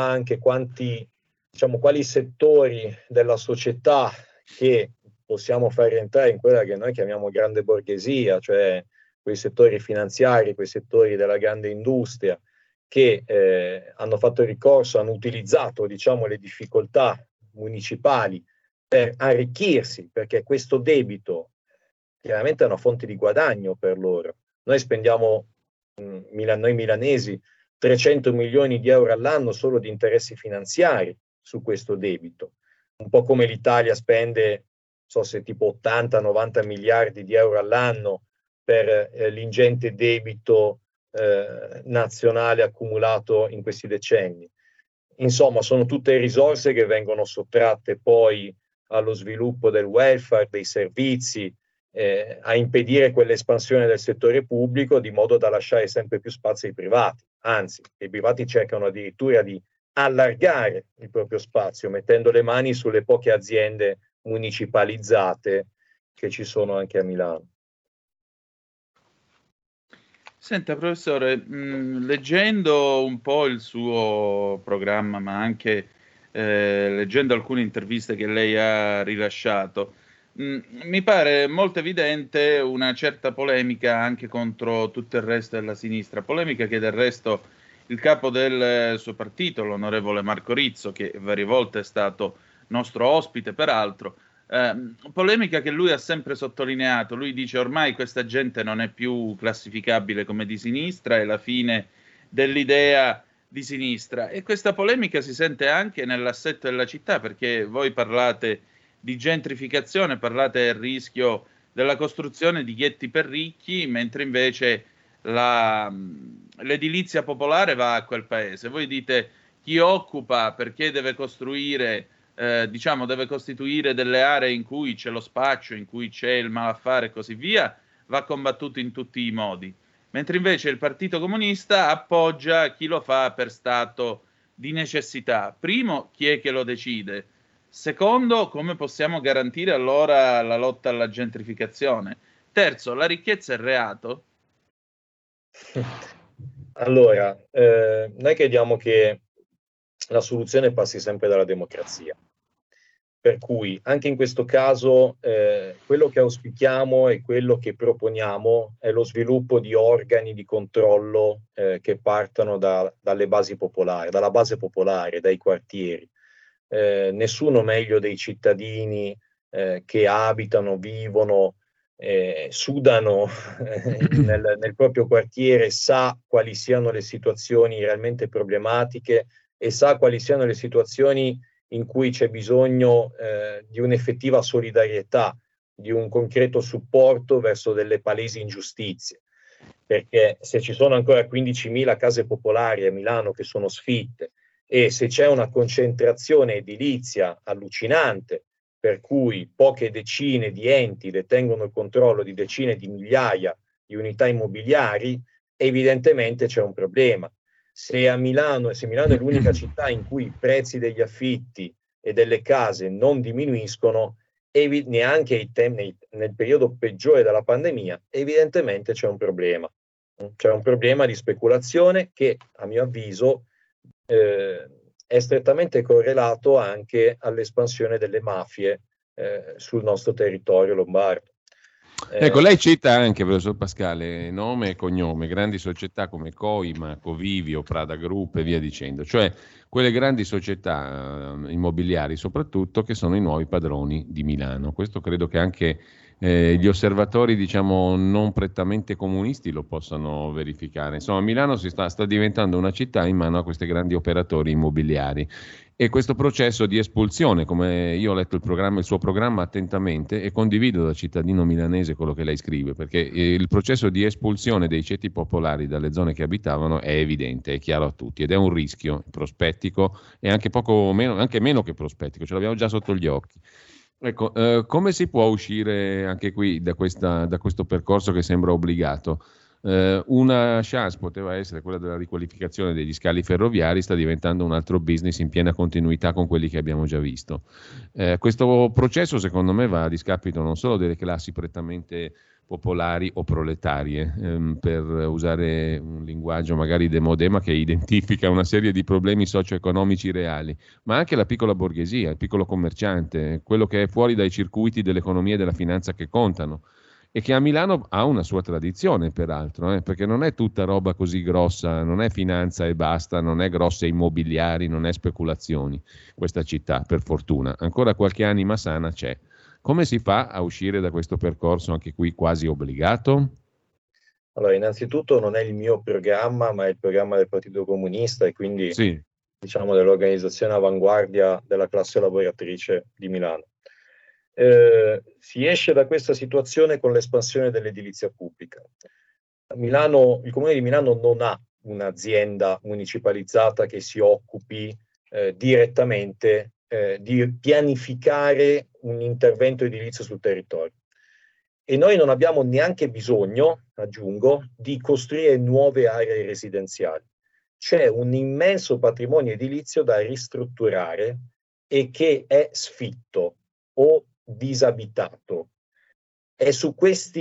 quali settori della società che possiamo far rientrare in quella che noi chiamiamo grande borghesia, cioè quei settori finanziari, quei settori della grande industria che hanno fatto ricorso, hanno utilizzato le difficoltà municipali per arricchirsi, perché questo debito chiaramente è una fonte di guadagno per loro. Noi spendiamo, noi milanesi, 300 milioni di euro all'anno solo di interessi finanziari su questo debito, un po' come l'Italia spende, so se tipo 80-90 miliardi di euro all'anno per l'ingente debito nazionale accumulato in questi decenni. Insomma, sono tutte risorse che vengono sottratte poi allo sviluppo del welfare, dei servizi, a impedire quell'espansione del settore pubblico, di modo da lasciare sempre più spazio ai privati. Anzi, i privati cercano addirittura di allargare il proprio spazio, mettendo le mani sulle poche aziende municipalizzate che ci sono anche a Milano. Senta, professore, leggendo un po' il suo programma, ma anche leggendo alcune interviste che lei ha rilasciato, mi pare molto evidente una certa polemica anche contro tutto il resto della sinistra, polemica che del resto il capo del suo partito, l'onorevole Marco Rizzo, che varie volte è stato nostro ospite peraltro, polemica che lui ha sempre sottolineato. Lui dice: ormai questa gente non è più classificabile come di sinistra, è la fine dell'idea di sinistra. E questa polemica si sente anche nell'assetto della città, perché voi parlate di gentrificazione, parlate del rischio della costruzione di ghetti per ricchi, mentre invece l'edilizia popolare va a quel paese. Voi dite: chi occupa perché deve costruire, deve costituire delle aree in cui c'è lo spaccio, in cui c'è il malaffare e così via, va combattuto in tutti i modi. Mentre invece il Partito Comunista appoggia chi lo fa per stato di necessità. Primo, chi è che lo decide? Secondo, come possiamo garantire allora la lotta alla gentrificazione? Terzo, la ricchezza è reato? Allora, noi crediamo che la soluzione passi sempre dalla democrazia. Per cui anche in questo caso quello che auspichiamo e quello che proponiamo è lo sviluppo di organi di controllo che partano dalle basi popolari, dalla base popolare, dai quartieri. Nessuno meglio dei cittadini che abitano, vivono, sudano nel proprio quartiere, sa quali siano le situazioni realmente problematiche e sa quali siano le situazioni in cui c'è bisogno di un'effettiva solidarietà, di un concreto supporto verso delle palesi ingiustizie. Perché se ci sono ancora 15.000 case popolari a Milano che sono sfitte, e se c'è una concentrazione edilizia allucinante, per cui poche decine di enti detengono il controllo di decine di migliaia di unità immobiliari, evidentemente c'è un problema. Se Milano è l'unica città in cui i prezzi degli affitti e delle case non diminuiscono, neanche nel periodo peggiore della pandemia, evidentemente c'è un problema. C'è un problema di speculazione che, a mio avviso, è strettamente correlato anche all'espansione delle mafie sul nostro territorio lombardo. Ecco, lei cita anche, professor Pascale, nome e cognome, grandi società come Coima, Covivio, Prada Group e via dicendo, cioè quelle grandi società immobiliari soprattutto che sono i nuovi padroni di Milano. Questo credo che anche gli osservatori, diciamo, non prettamente comunisti lo possano verificare. Insomma, Milano sta diventando una città in mano a questi grandi operatori immobiliari. E questo processo di espulsione, come io ho letto il suo programma attentamente e condivido da cittadino milanese quello che lei scrive, perché il processo di espulsione dei ceti popolari dalle zone che abitavano è evidente, è chiaro a tutti ed è un rischio prospettico e anche meno che prospettico, ce l'abbiamo già sotto gli occhi. Ecco, come si può uscire anche qui da questo percorso che sembra obbligato? Una chance poteva essere quella della riqualificazione degli scali ferroviari, sta diventando un altro business in piena continuità con quelli che abbiamo già visto. Questo processo secondo me va a discapito non solo delle classi prettamente popolari o proletarie, per usare un linguaggio magari démodé, ma che identifica una serie di problemi socio-economici reali, ma anche la piccola borghesia, il piccolo commerciante, quello che è fuori dai circuiti dell'economia e della finanza che contano. E che a Milano ha una sua tradizione, peraltro, perché non è tutta roba così grossa, non è finanza e basta, non è grosse immobiliari, non è speculazioni, questa città, per fortuna. Ancora qualche anima sana c'è. Come si fa a uscire da questo percorso, anche qui quasi obbligato? Allora, innanzitutto non è il mio programma, ma è il programma del Partito Comunista e quindi, diciamo, dell'organizzazione avanguardia della classe lavoratrice di Milano. Si esce da questa situazione con l'espansione dell'edilizia pubblica. il Comune di Milano non ha un'azienda municipalizzata che si occupi direttamente di pianificare un intervento edilizio sul territorio. E noi non abbiamo neanche bisogno, aggiungo, di costruire nuove aree residenziali. C'è un immenso patrimonio edilizio da ristrutturare e che è sfitto o disabitato. È su questo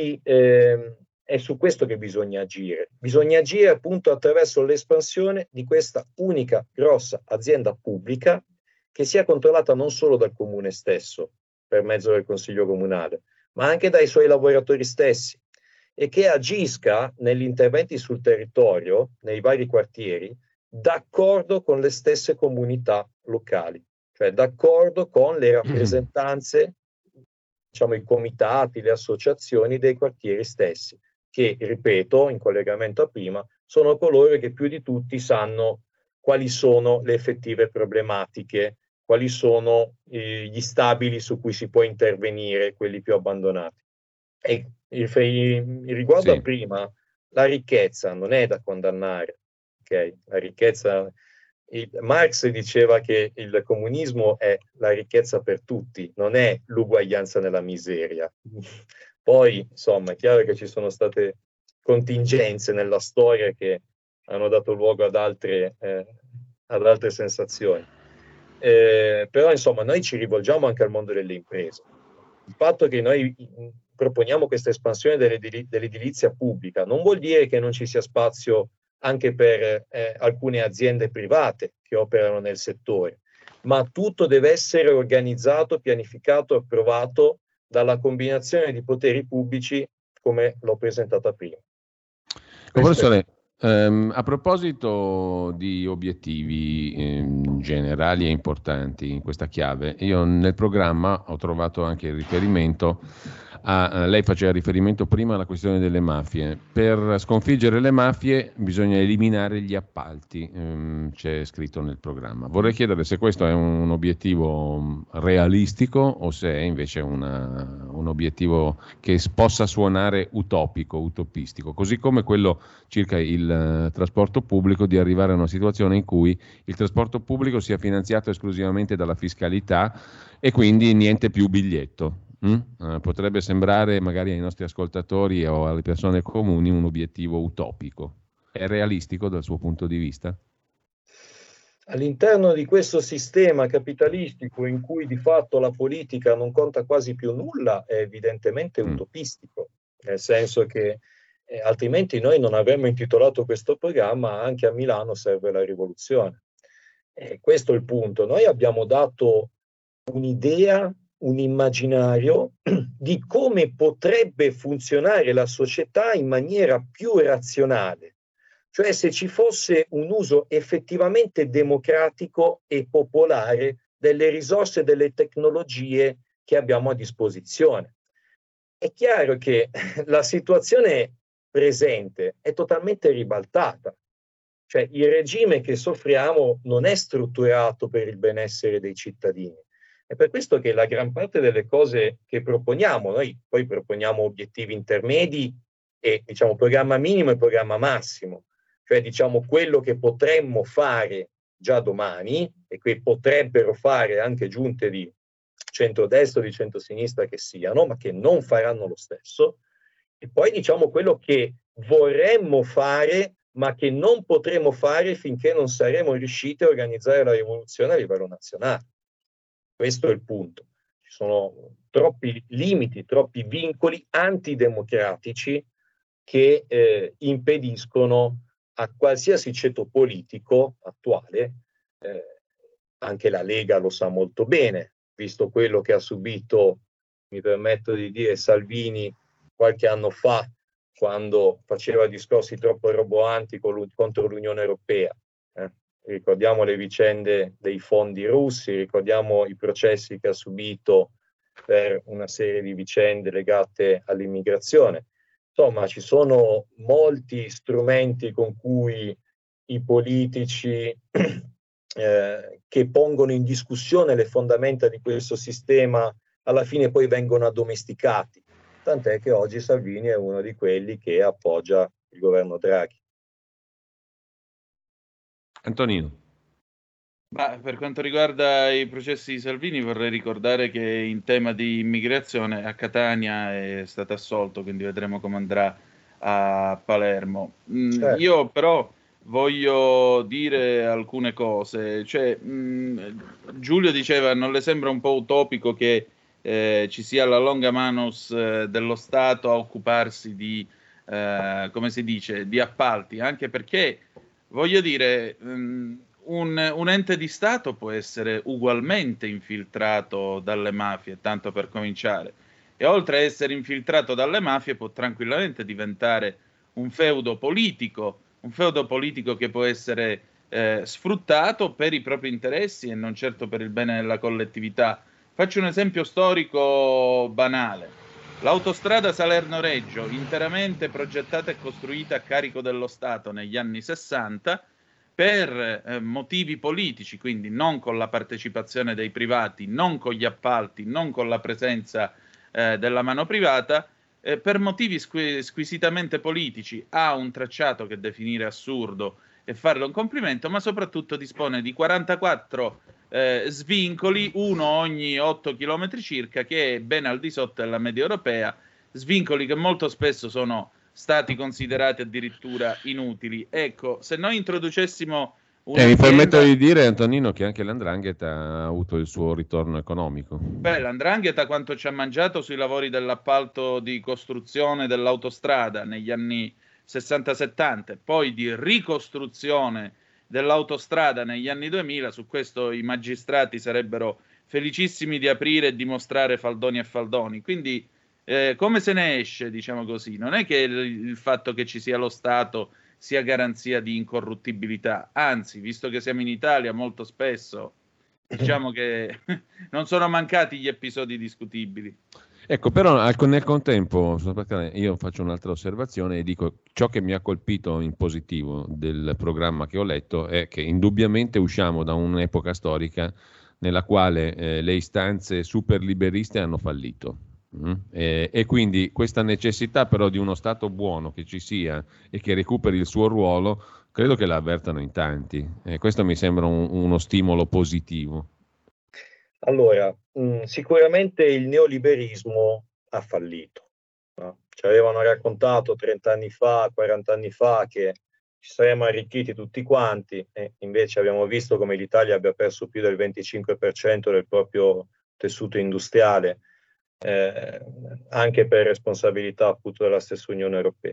che bisogna agire. Bisogna agire appunto attraverso l'espansione di questa unica grossa azienda pubblica che sia controllata non solo dal comune stesso, per mezzo del consiglio comunale, ma anche dai suoi lavoratori stessi, e che agisca negli interventi sul territorio, nei vari quartieri, d'accordo con le stesse comunità locali, cioè d'accordo con le rappresentanze, diciamo i comitati, le associazioni dei quartieri stessi, che, ripeto, in collegamento a prima, sono coloro che più di tutti sanno quali sono le effettive problematiche, quali sono gli stabili su cui si può intervenire, quelli più abbandonati. E riguardo a prima, la ricchezza non è da condannare, ok? La ricchezza, Marx diceva che il comunismo è la ricchezza per tutti, non è l'uguaglianza nella miseria. Poi, insomma, è chiaro che ci sono state contingenze nella storia che hanno dato luogo ad altre sensazioni. Però, insomma, noi ci rivolgiamo anche al mondo delle imprese. Il fatto che noi proponiamo questa espansione dell'edilizia pubblica non vuol dire che non ci sia spazio anche per alcune aziende private che operano nel settore, ma tutto deve essere organizzato, pianificato, approvato dalla combinazione di poteri pubblici come l'ho presentata prima. Professore, a proposito di obiettivi generali e importanti in questa chiave, io nel programma ho trovato anche il riferimento lei faceva riferimento prima alla questione delle mafie. Per sconfiggere le mafie bisogna eliminare gli appalti, c'è scritto nel programma. Vorrei chiedere se questo è un obiettivo realistico o se è invece un obiettivo che possa suonare utopico, utopistico, così come quello circa il trasporto pubblico, di arrivare a una situazione in cui il trasporto pubblico sia finanziato esclusivamente dalla fiscalità e quindi niente più biglietto. Potrebbe sembrare magari ai nostri ascoltatori o alle persone comuni un obiettivo utopico. È realistico dal suo punto di vista? All'interno di questo sistema capitalistico in cui di fatto la politica non conta quasi più nulla, è evidentemente utopistico, nel senso che altrimenti noi non avremmo intitolato questo programma "Anche a Milano serve la rivoluzione". Questo è il punto. Noi abbiamo dato un'idea, un immaginario di come potrebbe funzionare la società in maniera più razionale, cioè se ci fosse un uso effettivamente democratico e popolare delle risorse, delle tecnologie che abbiamo a disposizione. È chiaro che la situazione presente è totalmente ribaltata, cioè il regime che soffriamo non è strutturato per il benessere dei cittadini. È per questo che la gran parte delle cose che proponiamo, noi poi proponiamo obiettivi intermedi e diciamo programma minimo e programma massimo, cioè diciamo quello che potremmo fare già domani e che potrebbero fare anche giunte di centrodestra o di centrosinistra che siano, ma che non faranno lo stesso, e poi diciamo quello che vorremmo fare ma che non potremo fare finché non saremo riusciti a organizzare la rivoluzione a livello nazionale. Questo è il punto. Ci sono troppi limiti, troppi vincoli antidemocratici che impediscono a qualsiasi ceto politico attuale, anche la Lega lo sa molto bene, visto quello che ha subito, mi permetto di dire, Salvini qualche anno fa, quando faceva discorsi troppo roboanti contro l'Unione Europea. Ricordiamo le vicende dei fondi russi, ricordiamo i processi che ha subito per una serie di vicende legate all'immigrazione. Insomma, ci sono molti strumenti con cui i politici che pongono in discussione le fondamenta di questo sistema alla fine poi vengono addomesticati. Tant'è che oggi Salvini è uno di quelli che appoggia il governo Draghi. Antonino. Per quanto riguarda i processi di Salvini, vorrei ricordare che in tema di immigrazione a Catania è stato assolto, quindi vedremo come andrà a Palermo. Certo. Io però voglio dire alcune cose. Giulio diceva, non le sembra un po' utopico che ci sia la longa manus dello Stato a occuparsi di, come si dice, di appalti, anche perché, voglio dire, un ente di Stato può essere ugualmente infiltrato dalle mafie, tanto per cominciare, e oltre a essere infiltrato dalle mafie può tranquillamente diventare un feudo politico che può essere sfruttato per i propri interessi e non certo per il bene della collettività. Faccio un esempio storico banale. L'autostrada Salerno-Reggio, interamente progettata e costruita a carico dello Stato negli anni 60, per motivi politici, quindi non con la partecipazione dei privati, non con gli appalti, non con la presenza della mano privata, per motivi squisitamente politici, ha un tracciato che definire assurdo e farle un complimento, ma soprattutto dispone di 44 svincoli, uno ogni 8 km circa, che è ben al di sotto della media europea, svincoli che molto spesso sono stati considerati addirittura inutili. Ecco, se noi introducessimo mi permetto di dire, Antonino, che anche l''ndrangheta ha avuto il suo ritorno economico. L''ndrangheta quanto ci ha mangiato sui lavori dell'appalto di costruzione dell'autostrada negli anni 60-70, poi di ricostruzione dell'autostrada negli anni 2000, su questo i magistrati sarebbero felicissimi di aprire e dimostrare faldoni e faldoni. Quindi come se ne esce, diciamo così? Non è che il fatto che ci sia lo Stato sia garanzia di incorruttibilità, anzi, visto che siamo in Italia, molto spesso diciamo che non sono mancati gli episodi discutibili. Ecco, però nel contempo io faccio un'altra osservazione e dico: ciò che mi ha colpito in positivo del programma che ho letto è che indubbiamente usciamo da un'epoca storica nella quale le istanze superliberiste hanno fallito. E quindi questa necessità però di uno Stato buono che ci sia e che recuperi il suo ruolo, credo che la avvertano in tanti, e questo mi sembra uno stimolo positivo. Allora, sicuramente il neoliberismo ha fallito, no? Ci avevano raccontato 30 anni fa, 40 anni fa che ci saremmo arricchiti tutti quanti, e invece abbiamo visto come l'Italia abbia perso più del 25% del proprio tessuto industriale, anche per responsabilità appunto della stessa Unione Europea.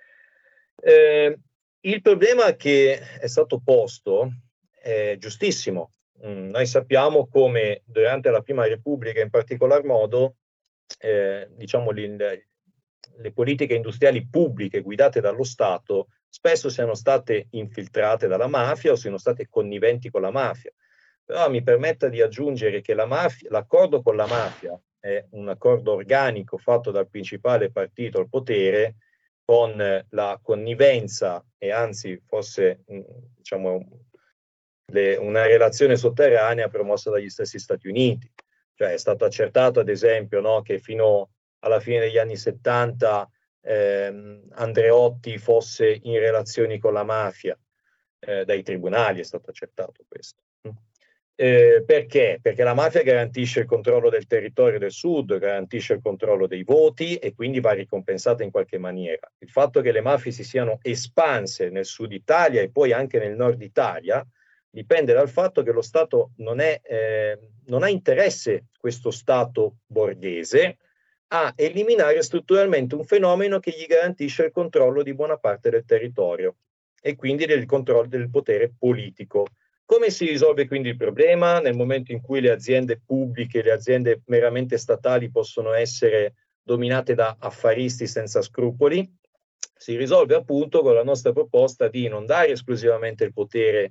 Il problema che è stato posto è giustissimo. Noi sappiamo come durante la Prima Repubblica in particolar modo diciamo le politiche industriali pubbliche guidate dallo Stato spesso siano state infiltrate dalla mafia o siano state conniventi con la mafia. Però mi permetta di aggiungere che l'accordo con la mafia è un accordo organico fatto dal principale partito al potere, con la connivenza e anzi forse diciamo una relazione sotterranea promossa dagli stessi Stati Uniti. Cioè è stato accertato ad esempio, no, che fino alla fine degli anni 70 Andreotti fosse in relazioni con la mafia, dai tribunali è stato accertato questo. Perché? Perché la mafia garantisce il controllo del territorio del sud, garantisce il controllo dei voti e quindi va ricompensata in qualche maniera. Il fatto che le mafie si siano espanse nel sud Italia e poi anche nel nord Italia dipende dal fatto che lo Stato non ha interesse, questo Stato borghese, a eliminare strutturalmente un fenomeno che gli garantisce il controllo di buona parte del territorio e quindi del controllo del potere politico. Come si risolve quindi il problema? Nel momento in cui le aziende pubbliche, le aziende meramente statali possono essere dominate da affaristi senza scrupoli, si risolve appunto con la nostra proposta di non dare esclusivamente il potere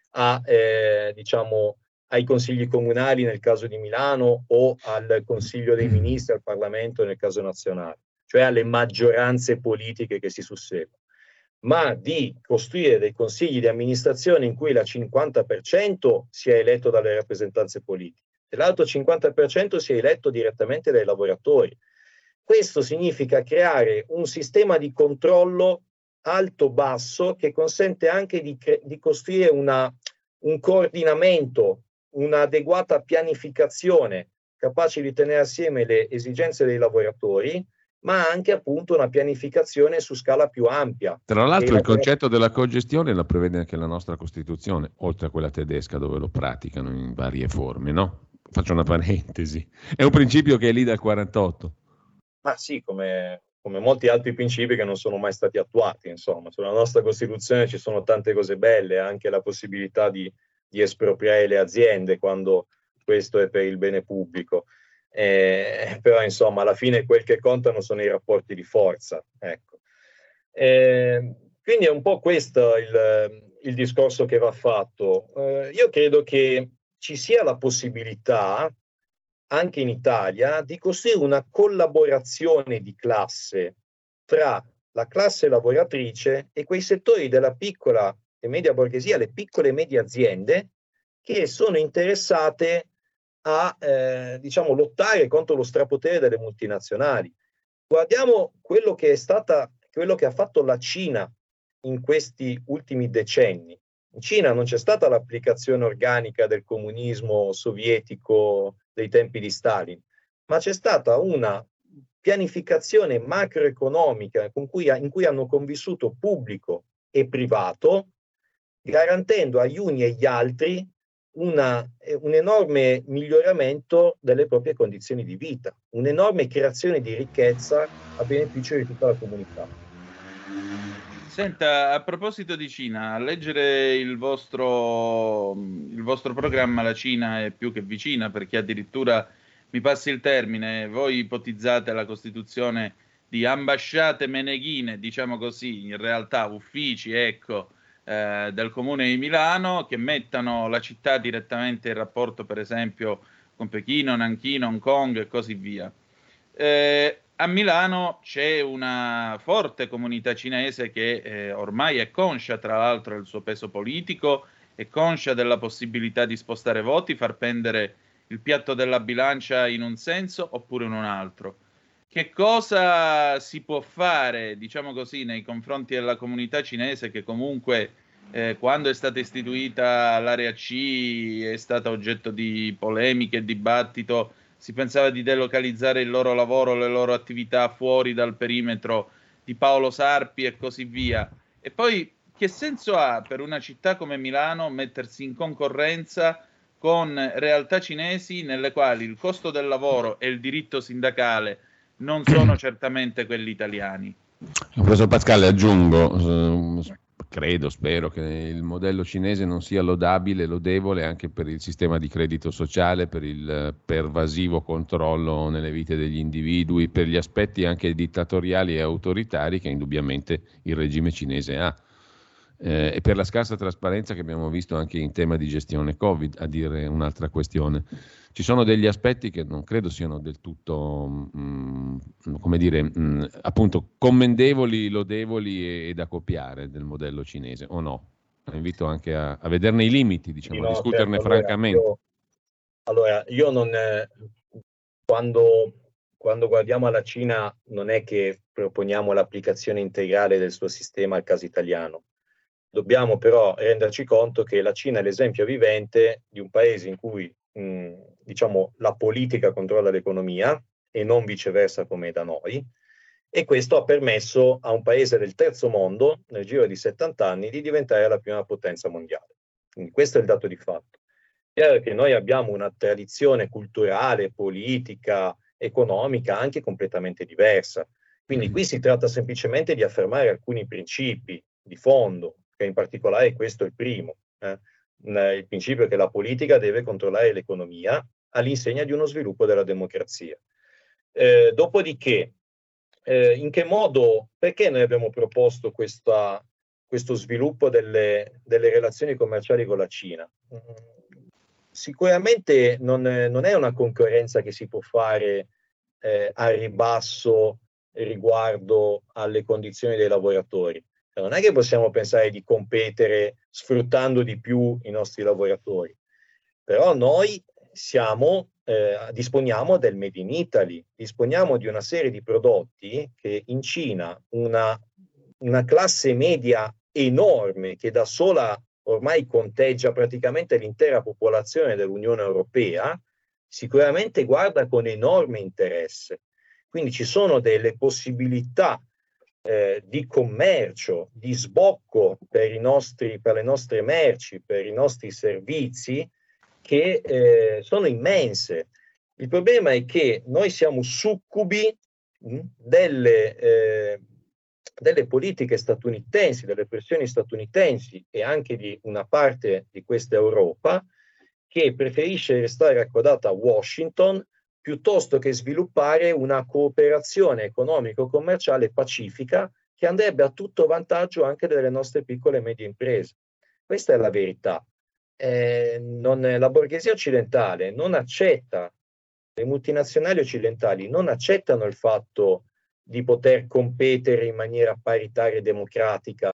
diciamo, ai consigli comunali nel caso di Milano o al Consiglio dei Ministri, al Parlamento nel caso nazionale, cioè alle maggioranze politiche che si susseguono, ma di costruire dei consigli di amministrazione in cui il 50% sia eletto dalle rappresentanze politiche e l'altro 50% sia eletto direttamente dai lavoratori. Questo significa creare un sistema di controllo alto-basso che consente anche di costruire un coordinamento, un'adeguata pianificazione capace di tenere assieme le esigenze dei lavoratori, ma anche appunto una pianificazione su scala più ampia. Tra l'altro il concetto della cogestione la prevede anche la nostra Costituzione, oltre a quella tedesca dove lo praticano in varie forme, no? Faccio una parentesi. È un principio che è lì dal 48. Ma sì, come molti altri principi che non sono mai stati attuati, insomma. Sulla nostra Costituzione ci sono tante cose belle, anche la possibilità di espropriare le aziende quando questo è per il bene pubblico. Però insomma alla fine quel che contano sono i rapporti di forza, ecco. Quindi è un po' questo il discorso che va fatto. Io credo che ci sia la possibilità anche in Italia di costruire una collaborazione di classe tra la classe lavoratrice e quei settori della piccola e media borghesia, le piccole e medie aziende che sono interessate a lottare contro lo strapotere delle multinazionali. Guardiamo quello che ha fatto la Cina in questi ultimi decenni. In Cina non c'è stata l'applicazione organica del comunismo sovietico dei tempi di Stalin, ma c'è stata una pianificazione macroeconomica in cui hanno convissuto pubblico e privato, garantendo agli uni e agli altri un enorme miglioramento delle proprie condizioni di vita, un'enorme creazione di ricchezza a beneficio di tutta la comunità. Senta, a proposito di Cina, a leggere il vostro programma la Cina è più che vicina, perché addirittura, mi passi il termine, voi ipotizzate la costituzione di ambasciate meneghine, diciamo così, in realtà uffici, ecco, del comune di Milano, che mettano la città direttamente in rapporto, per esempio, con Pechino, Nanchino, Hong Kong e così via. A Milano c'è una forte comunità cinese che ormai è conscia, tra l'altro, del suo peso politico, è conscia della possibilità di spostare voti, far pendere il piatto della bilancia in un senso oppure in un altro. Che cosa si può fare, diciamo così, nei confronti della comunità cinese che comunque quando è stata istituita l'area C è stata oggetto di polemiche e dibattito, si pensava di delocalizzare il loro lavoro, le loro attività fuori dal perimetro di Paolo Sarpi e così via. E poi che senso ha per una città come Milano mettersi in concorrenza con realtà cinesi nelle quali il costo del lavoro e il diritto sindacale non sono certamente quelli italiani? Professor Pascale, aggiungo, spero che il modello cinese non sia lodevole anche per il sistema di credito sociale, per il pervasivo controllo nelle vite degli individui, per gli aspetti anche dittatoriali e autoritari che indubbiamente il regime cinese ha. E per la scarsa trasparenza che abbiamo visto anche in tema di gestione Covid, a dire un'altra questione. Ci sono degli aspetti che non credo siano del tutto, appunto, commendevoli, lodevoli e da copiare del modello cinese, o no? Invito anche a vederne i limiti, diciamo, a discuterne francamente. Io non... Quando guardiamo alla Cina non è che proponiamo l'applicazione integrale del suo sistema al caso italiano. Dobbiamo però renderci conto che la Cina è l'esempio vivente di un paese in cui la politica controlla l'economia e non viceversa come da noi, e questo ha permesso a un paese del terzo mondo nel giro di 70 anni di diventare la prima potenza mondiale. Quindi questo è il dato di fatto. È chiaro che noi abbiamo una tradizione culturale, politica, economica anche completamente diversa. Quindi qui si tratta semplicemente di affermare alcuni principi di fondo, che in particolare questo è il primo. Il principio che la politica deve controllare l'economia all'insegna di uno sviluppo della democrazia. Dopodiché, in che modo, perché noi abbiamo proposto questo sviluppo delle relazioni commerciali con la Cina? Sicuramente non è una concorrenza che si può fare a ribasso riguardo alle condizioni dei lavoratori. Non è che possiamo pensare di competere sfruttando di più i nostri lavoratori, però noi disponiamo del Made in Italy, disponiamo di una serie di prodotti che in Cina una una classe media enorme che da sola ormai conteggia praticamente l'intera popolazione dell'Unione Europea, sicuramente guarda con enorme interesse. Quindi ci sono delle possibilità di commercio, di sbocco per le nostre merci, per i nostri servizi, che sono immense. Il problema è che noi siamo succubi delle politiche statunitensi, delle pressioni statunitensi e anche di una parte di questa Europa che preferisce restare accodata a Washington piuttosto che sviluppare una cooperazione economico-commerciale pacifica che andrebbe a tutto vantaggio anche delle nostre piccole e medie imprese. Questa è la verità. La borghesia occidentale non accetta, le multinazionali occidentali non accettano il fatto di poter competere in maniera paritaria e democratica.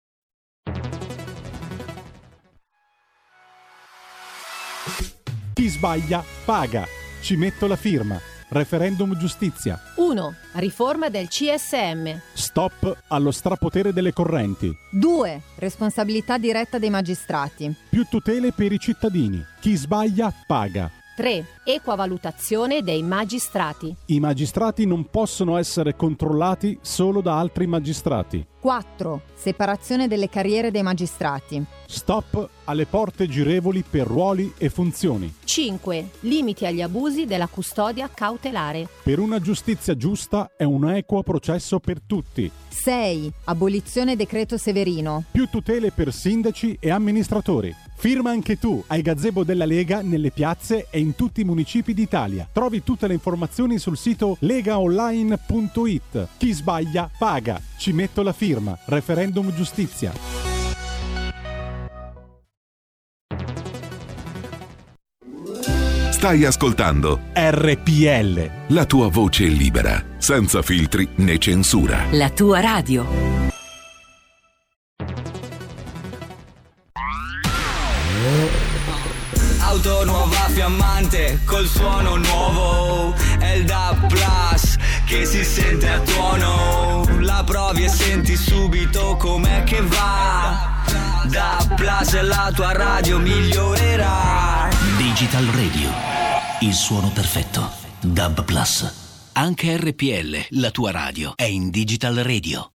Chi sbaglia paga. Ci metto la firma. Referendum giustizia. 1. Riforma del CSM. Stop allo strapotere delle correnti. 2. Responsabilità diretta dei magistrati. Più tutele per i cittadini. Chi sbaglia paga. 3. Equa valutazione dei magistrati. I magistrati non possono essere controllati solo da altri magistrati. 4. Separazione delle carriere dei magistrati. Stop alle porte girevoli per ruoli e funzioni. 5. Limiti agli abusi della custodia cautelare. Per una giustizia giusta e un equo processo per tutti. 6. Abolizione decreto Severino. Più tutele per sindaci e amministratori. Firma anche tu ai gazebo della Lega nelle piazze e in tutti i municipi d'Italia. Trovi tutte le informazioni sul sito legaonline.it. Chi sbaglia paga. Ci metto la firma. Referendum giustizia. Stai ascoltando RPL. La tua voce libera, senza filtri né censura. La tua radio. Auto nuova fiammante col suono nuovo, è il DAB Plus che si sente a tuono. La provi e senti subito com'è che va. DAB Plus la tua radio migliorerà. Digital Radio, il suono perfetto. DAB Plus. Anche RPL, la tua radio, è in Digital Radio.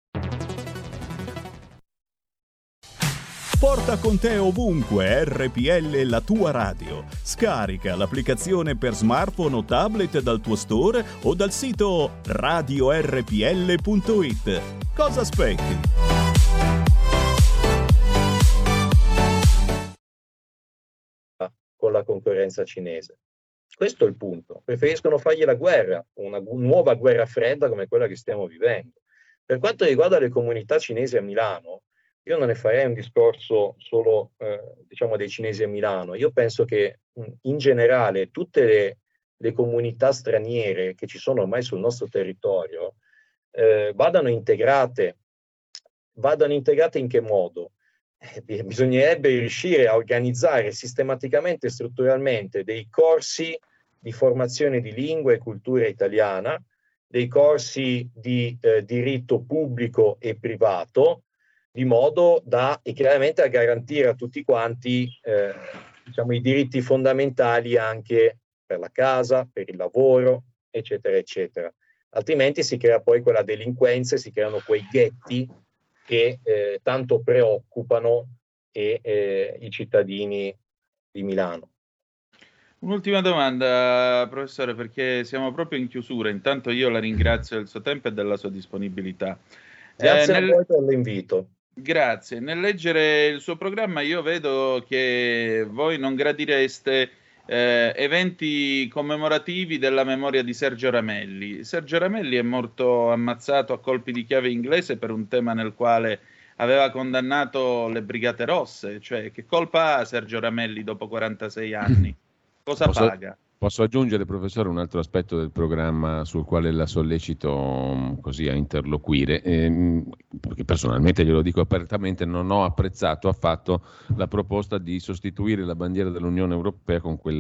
Porta con te ovunque RPL, la tua radio. Scarica l'applicazione per smartphone o tablet dal tuo store o dal sito radiorpl.it. Cosa aspetti? Con la concorrenza cinese. Questo è il punto. Preferiscono fargli la guerra, una nuova guerra fredda come quella che stiamo vivendo. Per quanto riguarda le comunità cinesi a Milano, io non ne farei un discorso solo dei cinesi a Milano. Io penso che in generale tutte le comunità straniere che ci sono ormai sul nostro territorio vadano integrate in che modo? Bisognerebbe riuscire a organizzare sistematicamente e strutturalmente dei corsi di formazione di lingua e cultura italiana, dei corsi di diritto pubblico e privato, di modo da chiaramente a garantire a tutti quanti i diritti fondamentali anche per la casa, per il lavoro, eccetera, eccetera. Altrimenti si crea poi quella delinquenza, si creano quei ghetti che tanto preoccupano i cittadini di Milano. Un'ultima domanda, professore, perché siamo proprio in chiusura. Intanto io la ringrazio del suo tempo e della sua disponibilità. Grazie a voi per l'invito. Grazie. Nel leggere il suo programma io vedo che voi non gradireste eventi commemorativi della memoria di Sergio Ramelli. Sergio Ramelli è morto ammazzato a colpi di chiave inglese per un tema nel quale aveva condannato le Brigate Rosse. Cioè, che colpa ha Sergio Ramelli dopo 46 anni? Cosa paga? Posso aggiungere, professore, un altro aspetto del programma sul quale la sollecito così a interloquire, perché personalmente, glielo dico apertamente, non ho apprezzato affatto la proposta di sostituire la bandiera dell'Unione Europea con quella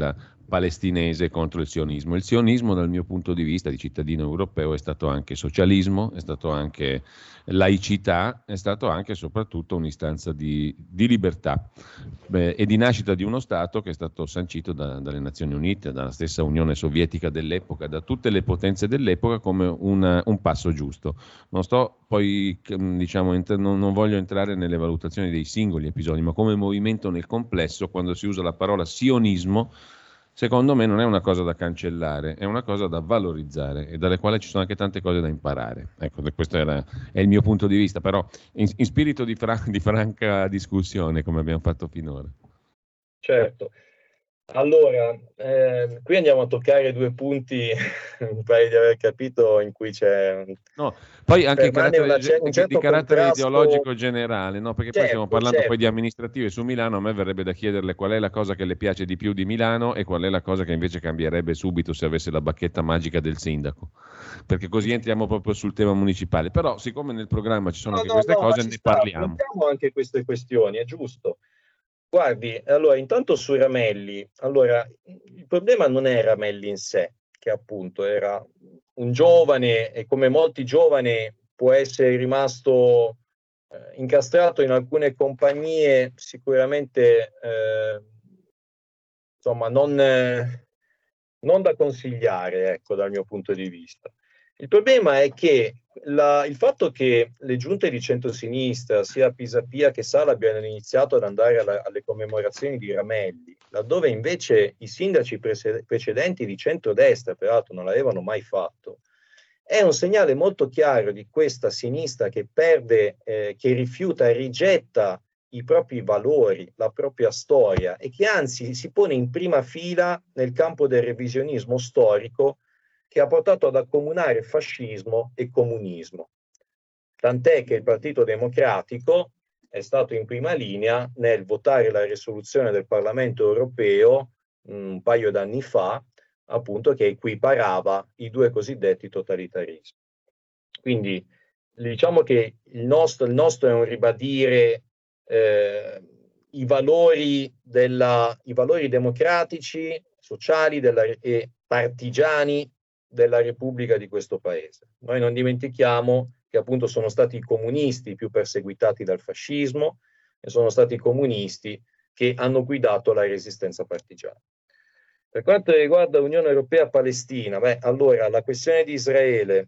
palestinese contro il sionismo. Il sionismo, dal mio punto di vista di cittadino europeo, è stato anche socialismo, è stato anche laicità, è stato anche e soprattutto un'istanza di libertà e di nascita di uno Stato che è stato sancito dalle Nazioni Unite, dalla stessa Unione Sovietica dell'epoca, da tutte le potenze dell'epoca come un passo giusto. Non sto poi, diciamo, non voglio entrare nelle valutazioni dei singoli episodi, ma come movimento nel complesso, quando si usa la parola sionismo, secondo me non è una cosa da cancellare, è una cosa da valorizzare e dalle quali ci sono anche tante cose da imparare. Ecco, questo è il mio punto di vista, però in spirito di franca discussione, come abbiamo fatto finora. Certo. Allora, qui andiamo a toccare due punti, mi pare di aver capito, in cui c'è... No, poi anche un certo di carattere contrasto... ideologico generale, no? Perché poi stiamo parlando certo. poi di amministrative su Milano, a me verrebbe da chiederle qual è la cosa che le piace di più di Milano e qual è la cosa che invece cambierebbe subito se avesse la bacchetta magica del sindaco, perché così entriamo proprio sul tema municipale. Però siccome nel programma ci sono queste cose, ne parliamo. Mettiamo anche queste questioni, è giusto. Guardi, allora, intanto su Ramelli, allora, il problema non è Ramelli in sé, che appunto era un giovane e come molti giovani può essere rimasto incastrato in alcune compagnie sicuramente insomma non da consigliare, ecco, dal mio punto di vista. Il problema è che il fatto che le giunte di centrosinistra, sia Pisapia che Sala, abbiano iniziato ad andare alle commemorazioni di Ramelli, laddove invece i sindaci precedenti di centrodestra, peraltro, non l'avevano mai fatto, è un segnale molto chiaro di questa sinistra che perde, che rifiuta e rigetta i propri valori, la propria storia, e che anzi si pone in prima fila nel campo del revisionismo storico, che ha portato ad accomunare fascismo e comunismo. Tant'è che il Partito Democratico è stato in prima linea nel votare la risoluzione del Parlamento europeo un paio d'anni fa, appunto, che equiparava i due cosiddetti totalitarismi. Quindi diciamo che il nostro è un ribadire i valori democratici, sociali e partigiani della Repubblica di questo paese. Noi non dimentichiamo che appunto sono stati i comunisti i più perseguitati dal fascismo e sono stati i comunisti che hanno guidato la resistenza partigiana. Per quanto riguarda l'Unione Europea-Palestina, allora la questione di Israele,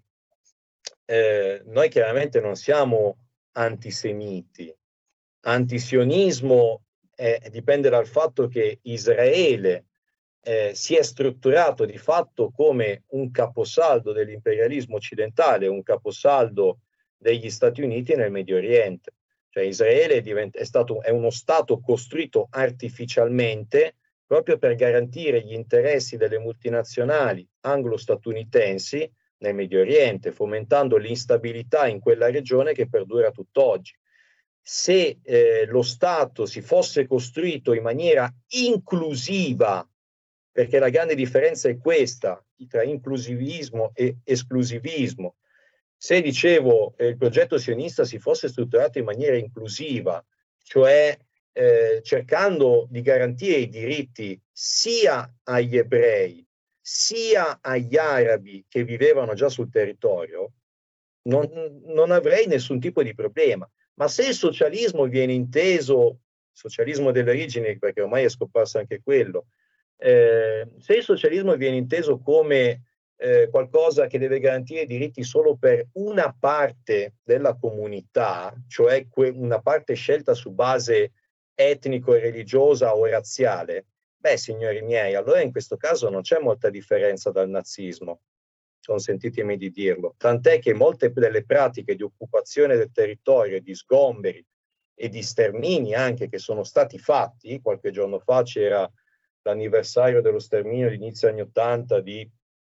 noi chiaramente non siamo antisemiti. Antisionismo dipende dal fatto che Israele si è strutturato di fatto come un caposaldo dell'imperialismo occidentale, un caposaldo degli Stati Uniti nel Medio Oriente. Cioè Israele è uno Stato costruito artificialmente proprio per garantire gli interessi delle multinazionali anglo-statunitensi nel Medio Oriente, fomentando l'instabilità in quella regione che perdura tutt'oggi. Se lo Stato si fosse costruito in maniera inclusiva, perché la grande differenza è questa tra inclusivismo e esclusivismo. Se, dicevo, il progetto sionista si fosse strutturato in maniera inclusiva, cioè cercando di garantire i diritti sia agli ebrei sia agli arabi che vivevano già sul territorio, non avrei nessun tipo di problema. Ma se il socialismo viene inteso, socialismo delle origini, perché ormai è scomparso anche quello, se il socialismo viene inteso come qualcosa che deve garantire diritti solo per una parte della comunità, cioè una parte scelta su base etnico-religiosa o razziale, signori miei, allora in questo caso non c'è molta differenza dal nazismo, consentitemi di dirlo. Tant'è che molte delle pratiche di occupazione del territorio, di sgomberi e di stermini anche che sono stati fatti, qualche giorno fa c'era l'anniversario dello sterminio di inizio anni 80 di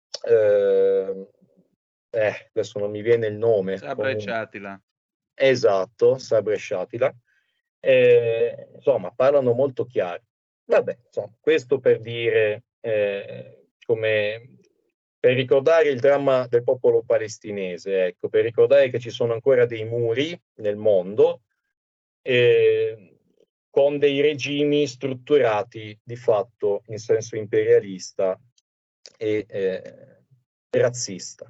adesso non mi viene il nome. Sabra e Shatila. Esatto, Sabra e Shatila. Insomma, parlano molto chiaro. Vabbè, insomma, questo per dire come per ricordare il dramma del popolo palestinese, ecco, per ricordare che ci sono ancora dei muri nel mondo. con dei regimi strutturati di fatto in senso imperialista e razzista.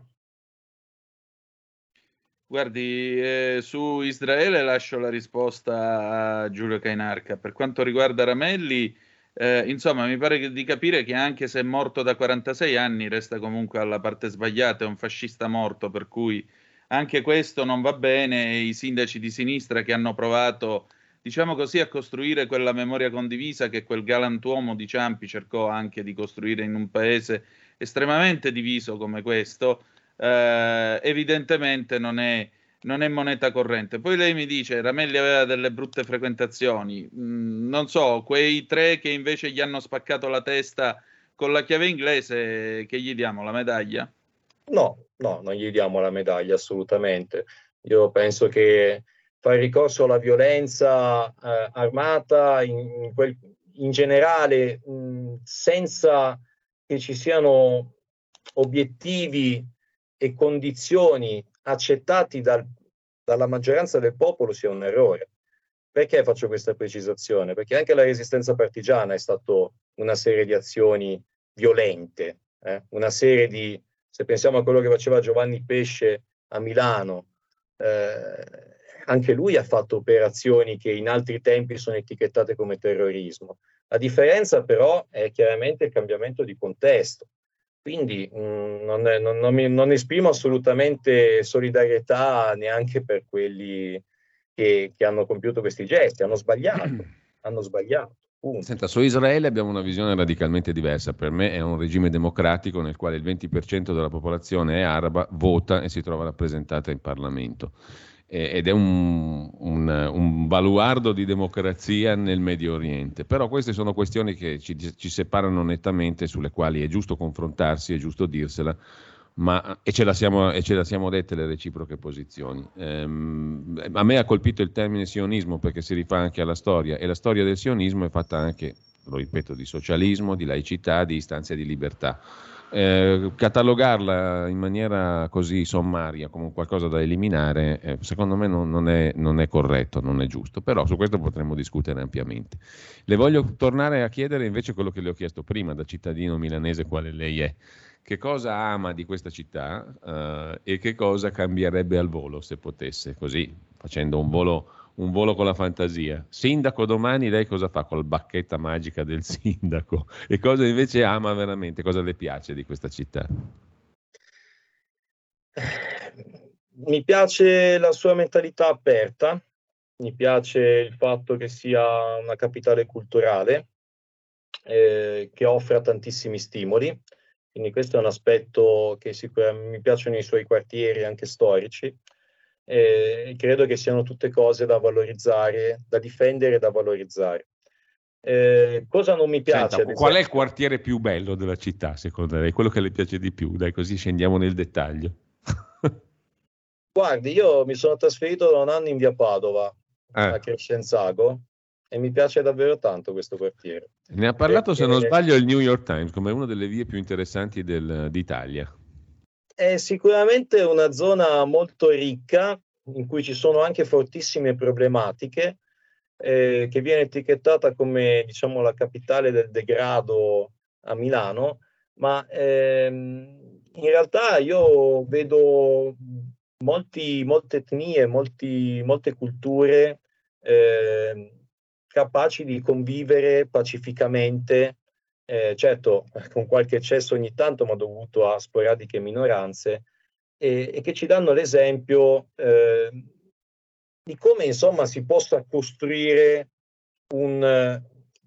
Guardi, su Israele lascio la risposta a Giulio Cainarca. Per quanto riguarda Ramelli, insomma, mi pare di capire che anche se è morto da 46 anni, resta comunque alla parte sbagliata, è un fascista morto, per cui anche questo non va bene. I sindaci di sinistra che hanno provato, diciamo così, a costruire quella memoria condivisa che quel galantuomo di Ciampi cercò anche di costruire in un paese estremamente diviso come questo, evidentemente non è moneta corrente. Poi lei mi dice Ramelli aveva delle brutte frequentazioni, non so, quei 3 che invece gli hanno spaccato la testa con la chiave inglese, che gli diamo la medaglia? No, non gli diamo la medaglia assolutamente. Io penso che fare ricorso alla violenza armata in generale, senza che ci siano obiettivi e condizioni accettati dalla maggioranza del popolo, sia un errore. Perché faccio questa precisazione? Perché anche la resistenza partigiana è stato una serie di azioni violente, una serie di, se pensiamo a quello che faceva Giovanni Pesce a Milano, anche lui ha fatto operazioni che in altri tempi sono etichettate come terrorismo. La differenza però è chiaramente il cambiamento di contesto. Quindi non esprimo assolutamente solidarietà neanche per quelli che hanno compiuto questi gesti, hanno sbagliato. Senta, su Israele abbiamo una visione radicalmente diversa. Per me è un regime democratico nel quale il 20% della popolazione è araba, vota e si trova rappresentata in Parlamento. Ed è un baluardo di democrazia nel Medio Oriente. Però queste sono questioni che ci separano nettamente, sulle quali è giusto confrontarsi, è giusto dirsela, e ce la siamo dette le reciproche posizioni. A me ha colpito il termine sionismo perché si rifà anche alla storia, e la storia del sionismo è fatta anche, lo ripeto, di socialismo, di laicità, di istanze di libertà. Catalogarla in maniera così sommaria come qualcosa da eliminare, secondo me non è corretto, non è giusto, però su questo potremmo discutere ampiamente. Le voglio tornare a chiedere invece quello che le ho chiesto prima, da cittadino milanese quale lei è. Che cosa ama di questa città e che cosa cambierebbe al volo se potesse, così facendo un volo con la fantasia. Sindaco domani, lei cosa fa con la bacchetta magica del sindaco? E cosa invece ama veramente? Cosa le piace di questa città? Mi piace la sua mentalità aperta, mi piace il fatto che sia una capitale culturale che offra tantissimi stimoli, quindi questo è un aspetto che sicuramente mi piacciono i suoi quartieri anche storici. Credo che siano tutte cose da valorizzare, da difendere e da valorizzare. Cosa non mi piace? Senta, qual è il quartiere più bello della città, secondo lei? Quello che le piace di più? Dai, così scendiamo nel dettaglio. Guardi, io mi sono trasferito da un anno in via Padova, a Crescenzago, e mi piace davvero tanto questo quartiere. Ne ha parlato, se non sbaglio, il New York Times come una delle vie più interessanti d'Italia. È sicuramente una zona molto ricca, in cui ci sono anche fortissime problematiche, che viene etichettata come, diciamo, la capitale del degrado a Milano, ma in realtà io vedo molte etnie, molte culture capaci di convivere pacificamente, certo con qualche eccesso ogni tanto, ma dovuto a sporadiche minoranze, e che ci danno l'esempio di come, insomma, si possa costruire un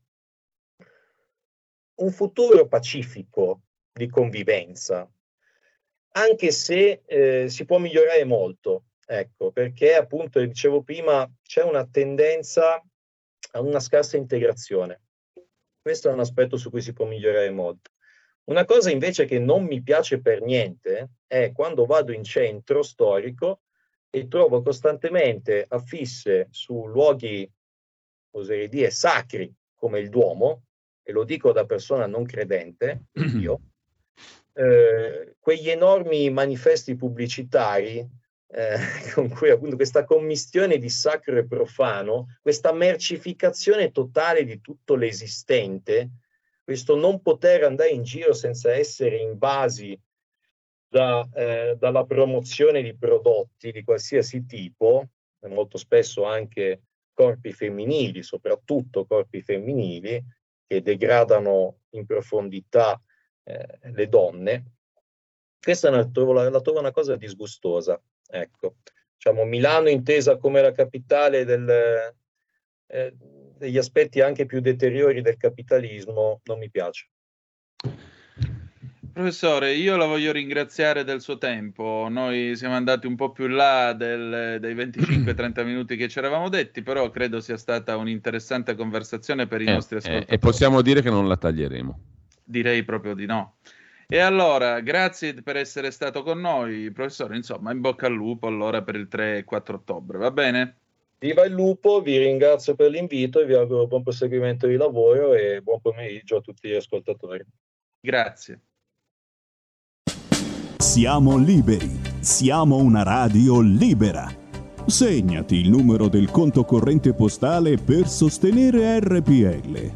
futuro pacifico di convivenza, anche se si può migliorare molto, ecco, perché appunto, dicevo prima, c'è una tendenza a una scarsa integrazione. Questo è un aspetto su cui si può migliorare molto. Una cosa invece che non mi piace per niente è quando vado in centro storico e trovo costantemente affisse su luoghi, oserei dire, sacri come il Duomo, e lo dico da persona non credente, io, quegli enormi manifesti pubblicitari con cui appunto questa commistione di sacro e profano, questa mercificazione totale di tutto l'esistente, questo non poter andare in giro senza essere invasi dalla promozione di prodotti di qualsiasi tipo, molto spesso anche corpi femminili, soprattutto corpi femminili, che degradano in profondità le donne. Questa la trovo una cosa disgustosa. Ecco, diciamo, Milano intesa come la capitale degli aspetti anche più deteriori del capitalismo non mi piace. Professore, io la voglio ringraziare del suo tempo. Noi siamo andati un po' più in là dei 25-30 minuti che ci eravamo detti, però credo sia stata un'interessante conversazione per i nostri ascoltatori. E possiamo dire che non la taglieremo. Direi proprio di no. E allora, grazie per essere stato con noi, professore. Insomma, in bocca al lupo allora per il 3 e 4 ottobre, va bene? Viva il lupo, vi ringrazio per l'invito e vi auguro buon proseguimento di lavoro e buon pomeriggio a tutti gli ascoltatori. Grazie. Siamo liberi, siamo una radio libera. Segnati il numero del conto corrente postale per sostenere RPL.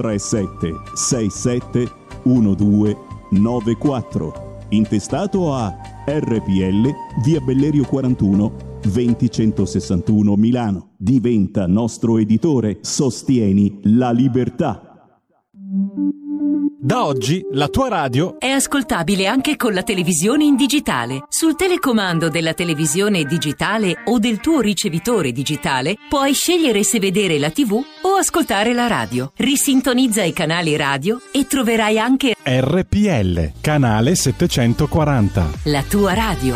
37671294, intestato a RPL, via Bellerio 41, 20161 Milano. Diventa nostro editore, sostieni la libertà. Da oggi la tua radio è ascoltabile anche con la televisione in digitale. Sul telecomando della televisione digitale o del tuo ricevitore digitale puoi scegliere se vedere la TV o ascoltare la radio. Risintonizza i canali radio e troverai anche RPL, canale 740. La tua radio.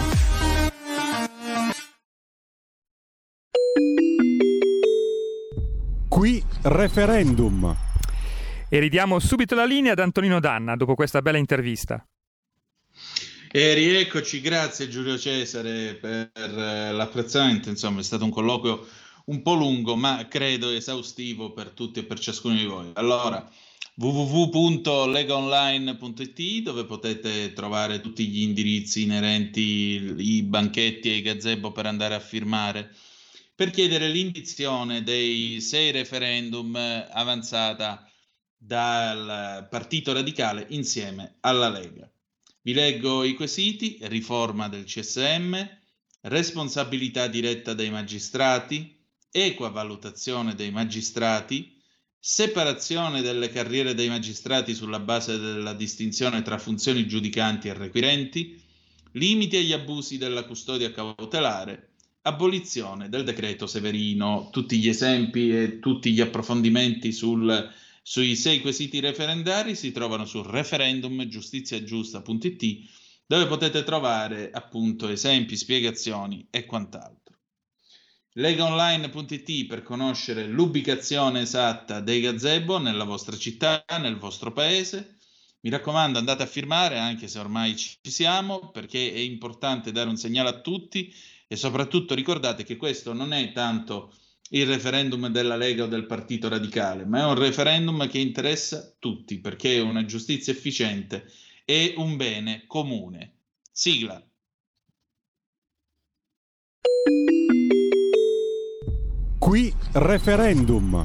Qui referendum. E ridiamo subito la linea ad Antonino Danna dopo questa bella intervista. E rieccoci, grazie Giulio Cesare per l'apprezzamento. Insomma, è stato un colloquio un po' lungo, ma credo esaustivo per tutti e per ciascuno di voi. Allora, www.legaonline.it, dove potete trovare tutti gli indirizzi inerenti ai banchetti e ai gazebo per andare a firmare, per chiedere l'indizione dei 6 referendum avanzata dal Partito Radicale insieme alla Lega. Vi leggo i quesiti: riforma del CSM, responsabilità diretta dei magistrati, equa valutazione dei magistrati, separazione delle carriere dei magistrati sulla base della distinzione tra funzioni giudicanti e requirenti, limiti agli abusi della custodia cautelare, abolizione del decreto Severino. Tutti gli esempi e tutti gli approfondimenti sui 6 quesiti referendari si trovano su referendumgiustiziagiusta.it, dove potete trovare appunto esempi, spiegazioni e quant'altro. Legaonline.it per conoscere l'ubicazione esatta dei gazebo nella vostra città, nel vostro paese. Mi raccomando, andate a firmare, anche se ormai ci siamo, perché è importante dare un segnale a tutti e soprattutto ricordate che questo non è tanto il referendum della Lega o del Partito Radicale, ma è un referendum che interessa tutti, perché una giustizia efficiente è un bene comune. Sigla. Qui referendum.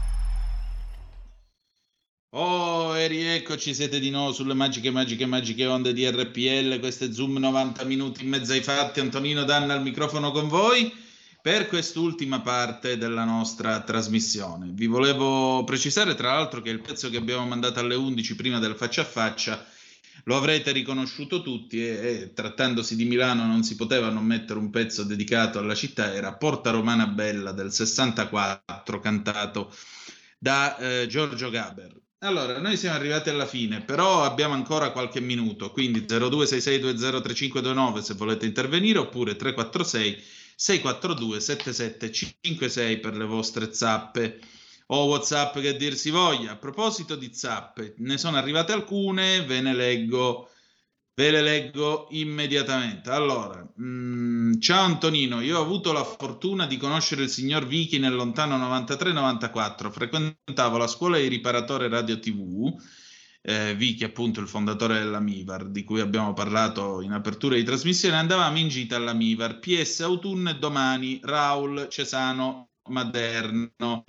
Oh, e rieccoci, siete di nuovo sulle magiche onde di RPL. Questo è Zoom, 90 minuti in mezzo ai fatti. Antonino Danna al microfono con voi per quest'ultima parte della nostra trasmissione. Vi volevo precisare tra l'altro che il pezzo che abbiamo mandato alle 11 prima del faccia a faccia lo avrete riconosciuto tutti e trattandosi di Milano non si poteva non mettere un pezzo dedicato alla città. Era Porta Romana Bella del 64, cantato da Giorgio Gaber. Allora, noi siamo arrivati alla fine, però abbiamo ancora qualche minuto, quindi 0266203529 se volete intervenire, oppure 346 642 7756 per le vostre zappe o WhatsApp, che dir si voglia. A proposito di zappe, ne sono arrivate alcune, ve le leggo immediatamente. Allora, ciao Antonino, io ho avuto la fortuna di conoscere il signor Vichi nel lontano 93-94, frequentavo la scuola di riparatore radio TV Vichi, appunto il fondatore della Mivar, di cui abbiamo parlato in apertura di trasmissione. Andavamo in gita alla Mivar, PS Autunno e domani Raul Cesano Maderno.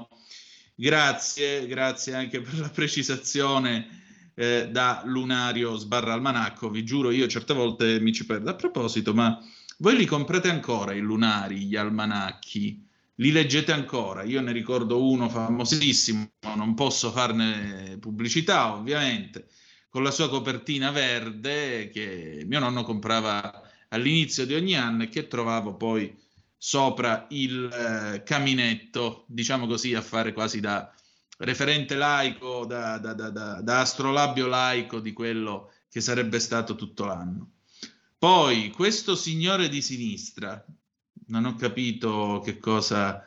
Grazie anche per la precisazione da Lunario /Almanacco. Vi giuro, io certe volte mi ci perdo. A proposito, ma voi li comprate ancora i lunari, gli almanacchi? Li leggete ancora? Io ne ricordo uno famosissimo, non posso farne pubblicità ovviamente, con la sua copertina verde che mio nonno comprava all'inizio di ogni anno e che trovavo poi sopra il caminetto, diciamo così, a fare quasi da referente laico, da astrolabio laico di quello che sarebbe stato tutto l'anno. Poi questo signore di sinistra, non ho capito che cosa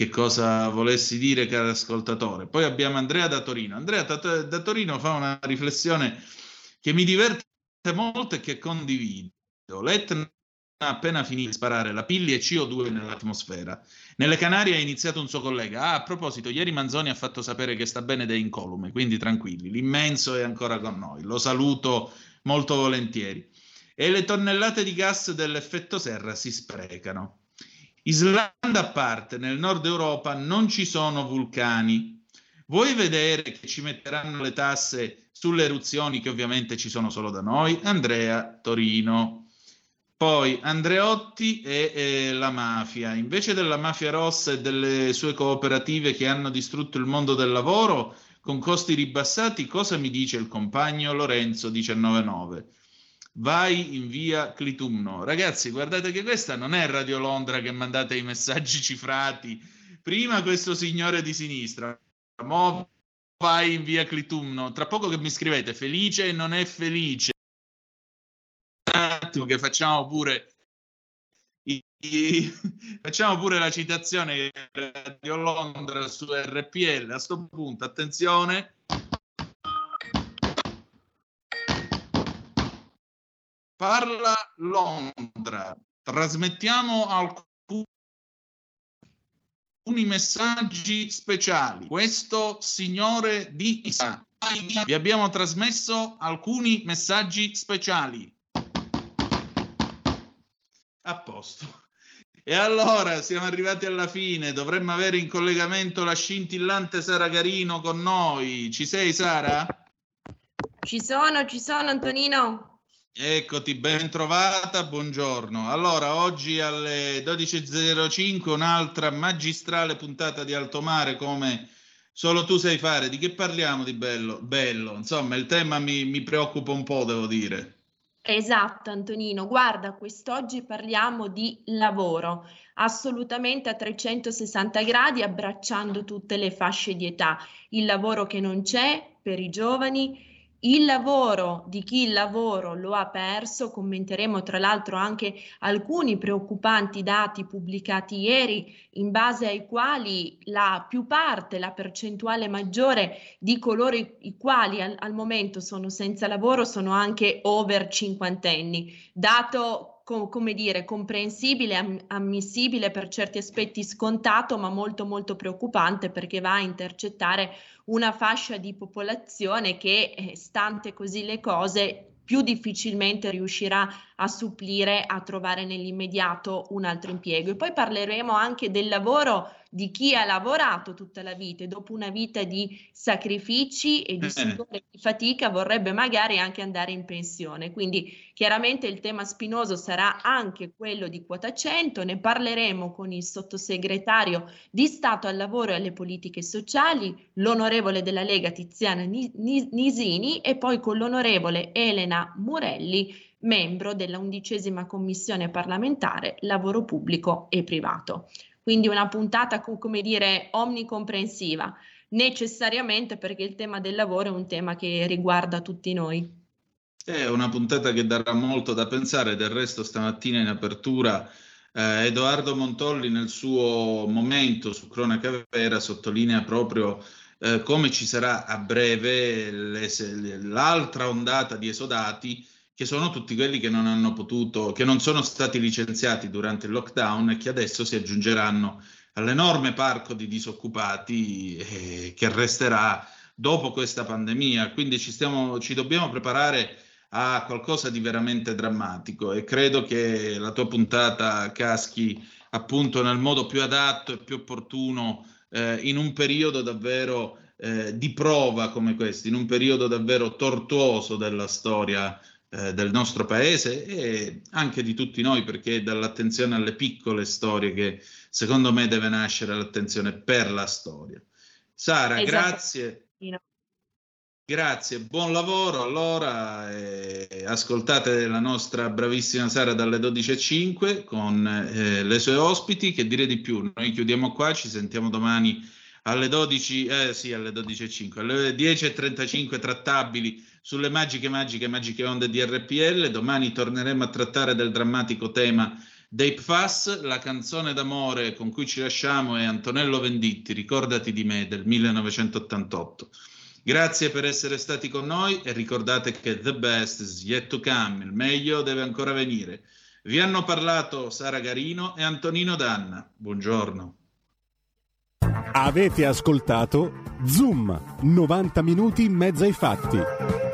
volessi dire, caro ascoltatore. Poi abbiamo Andrea da Torino. Andrea da Torino fa una riflessione che mi diverte molto e che condivido. L'Etna ha appena finito di sparare la Pilli e CO2 nell'atmosfera. Nelle Canarie ha iniziato un suo collega. A proposito, ieri Manzoni ha fatto sapere che sta bene ed è incolume, quindi tranquilli, l'immenso è ancora con noi. Lo saluto molto volentieri. E le tonnellate di gas dell'effetto serra si sprecano. Islanda a parte, nel nord Europa non ci sono vulcani. Vuoi vedere che ci metteranno le tasse sulle eruzioni che ovviamente ci sono solo da noi? Andrea, Torino. Poi Andreotti e la mafia. Invece della mafia rossa e delle sue cooperative che hanno distrutto il mondo del lavoro con costi ribassati, cosa mi dice il compagno Lorenzo 199? Vai in via Clitumno. Ragazzi, guardate che questa non è Radio Londra che mandate i messaggi cifrati. Prima questo signore di sinistra, mo vai in via Clitumno. Tra poco che mi scrivete felice e non è felice. Che facciamo pure la citazione di Radio Londra su RPL. A sto punto, attenzione. Parla Londra, trasmettiamo alcuni messaggi speciali. Questo signore di Isa, vi abbiamo trasmesso alcuni messaggi speciali. A posto. E allora siamo arrivati alla fine, dovremmo avere in collegamento la scintillante Sara Carino con noi. Ci sei, Sara? Ci sono Antonino. Eccoti, ben trovata, buongiorno. Allora, oggi alle 12.05 un'altra magistrale puntata di Alto Mare, come solo tu sai fare. Di che parliamo di bello? Bello, insomma, il tema mi preoccupa un po', devo dire. Esatto, Antonino. Guarda, quest'oggi parliamo di lavoro, assolutamente a 360 gradi, abbracciando tutte le fasce di età. Il lavoro che non c'è per i giovani, il lavoro di chi il lavoro lo ha perso. Commenteremo tra l'altro anche alcuni preoccupanti dati pubblicati ieri, in base ai quali la più parte, la percentuale maggiore di coloro i quali al momento sono senza lavoro sono anche over cinquantenni. Dato come dire, comprensibile, ammissibile, per certi aspetti scontato, ma molto molto preoccupante, perché va a intercettare una fascia di popolazione che, stante così le cose, più difficilmente riuscirà a supplire, a trovare nell'immediato un altro impiego. E poi parleremo anche del lavoro di chi ha lavorato tutta la vita e dopo una vita di sacrifici e di sudore e di fatica vorrebbe magari anche andare in pensione. Quindi chiaramente il tema spinoso sarà anche quello di quota 100, ne parleremo con il sottosegretario di Stato al lavoro e alle politiche sociali, l'onorevole della Lega Tiziana Nisini, e poi con l'onorevole Elena Murelli, membro della 11ª commissione parlamentare lavoro pubblico e privato. Quindi una puntata, come dire, omnicomprensiva, necessariamente, perché il tema del lavoro è un tema che riguarda tutti noi. È una puntata che darà molto da pensare. Del resto stamattina in apertura Edoardo Montolli nel suo momento su Cronaca Vera sottolinea proprio come ci sarà a breve l'altra ondata di esodati, che sono tutti quelli che non hanno potuto, che non sono stati licenziati durante il lockdown e che adesso si aggiungeranno all'enorme parco di disoccupati che resterà dopo questa pandemia, quindi ci dobbiamo preparare a qualcosa di veramente drammatico, e credo che la tua puntata caschi appunto nel modo più adatto e più opportuno in un periodo davvero di prova come questo, in un periodo davvero tortuoso della storia del nostro paese e anche di tutti noi, perché è dall'attenzione alle piccole storie che secondo me deve nascere l'attenzione per la storia. Sara, grazie. Grazie, buon lavoro. Allora, ascoltate la nostra bravissima Sara dalle 12:05 con le sue ospiti. Che dire di più? Noi chiudiamo qua, ci sentiamo domani alle 12:05, alle 10:35 trattabili sulle magiche onde di RPL. Domani torneremo a trattare del drammatico tema dei PFAS. La canzone d'amore con cui ci lasciamo è Antonello Venditti, Ricordati di me, del 1988. Grazie per essere stati con noi e ricordate che the best is yet to come, il meglio deve ancora venire. Vi hanno parlato Sara Garino e Antonino Danna. Buongiorno. Avete ascoltato Zoom, 90 minuti in mezzo ai fatti.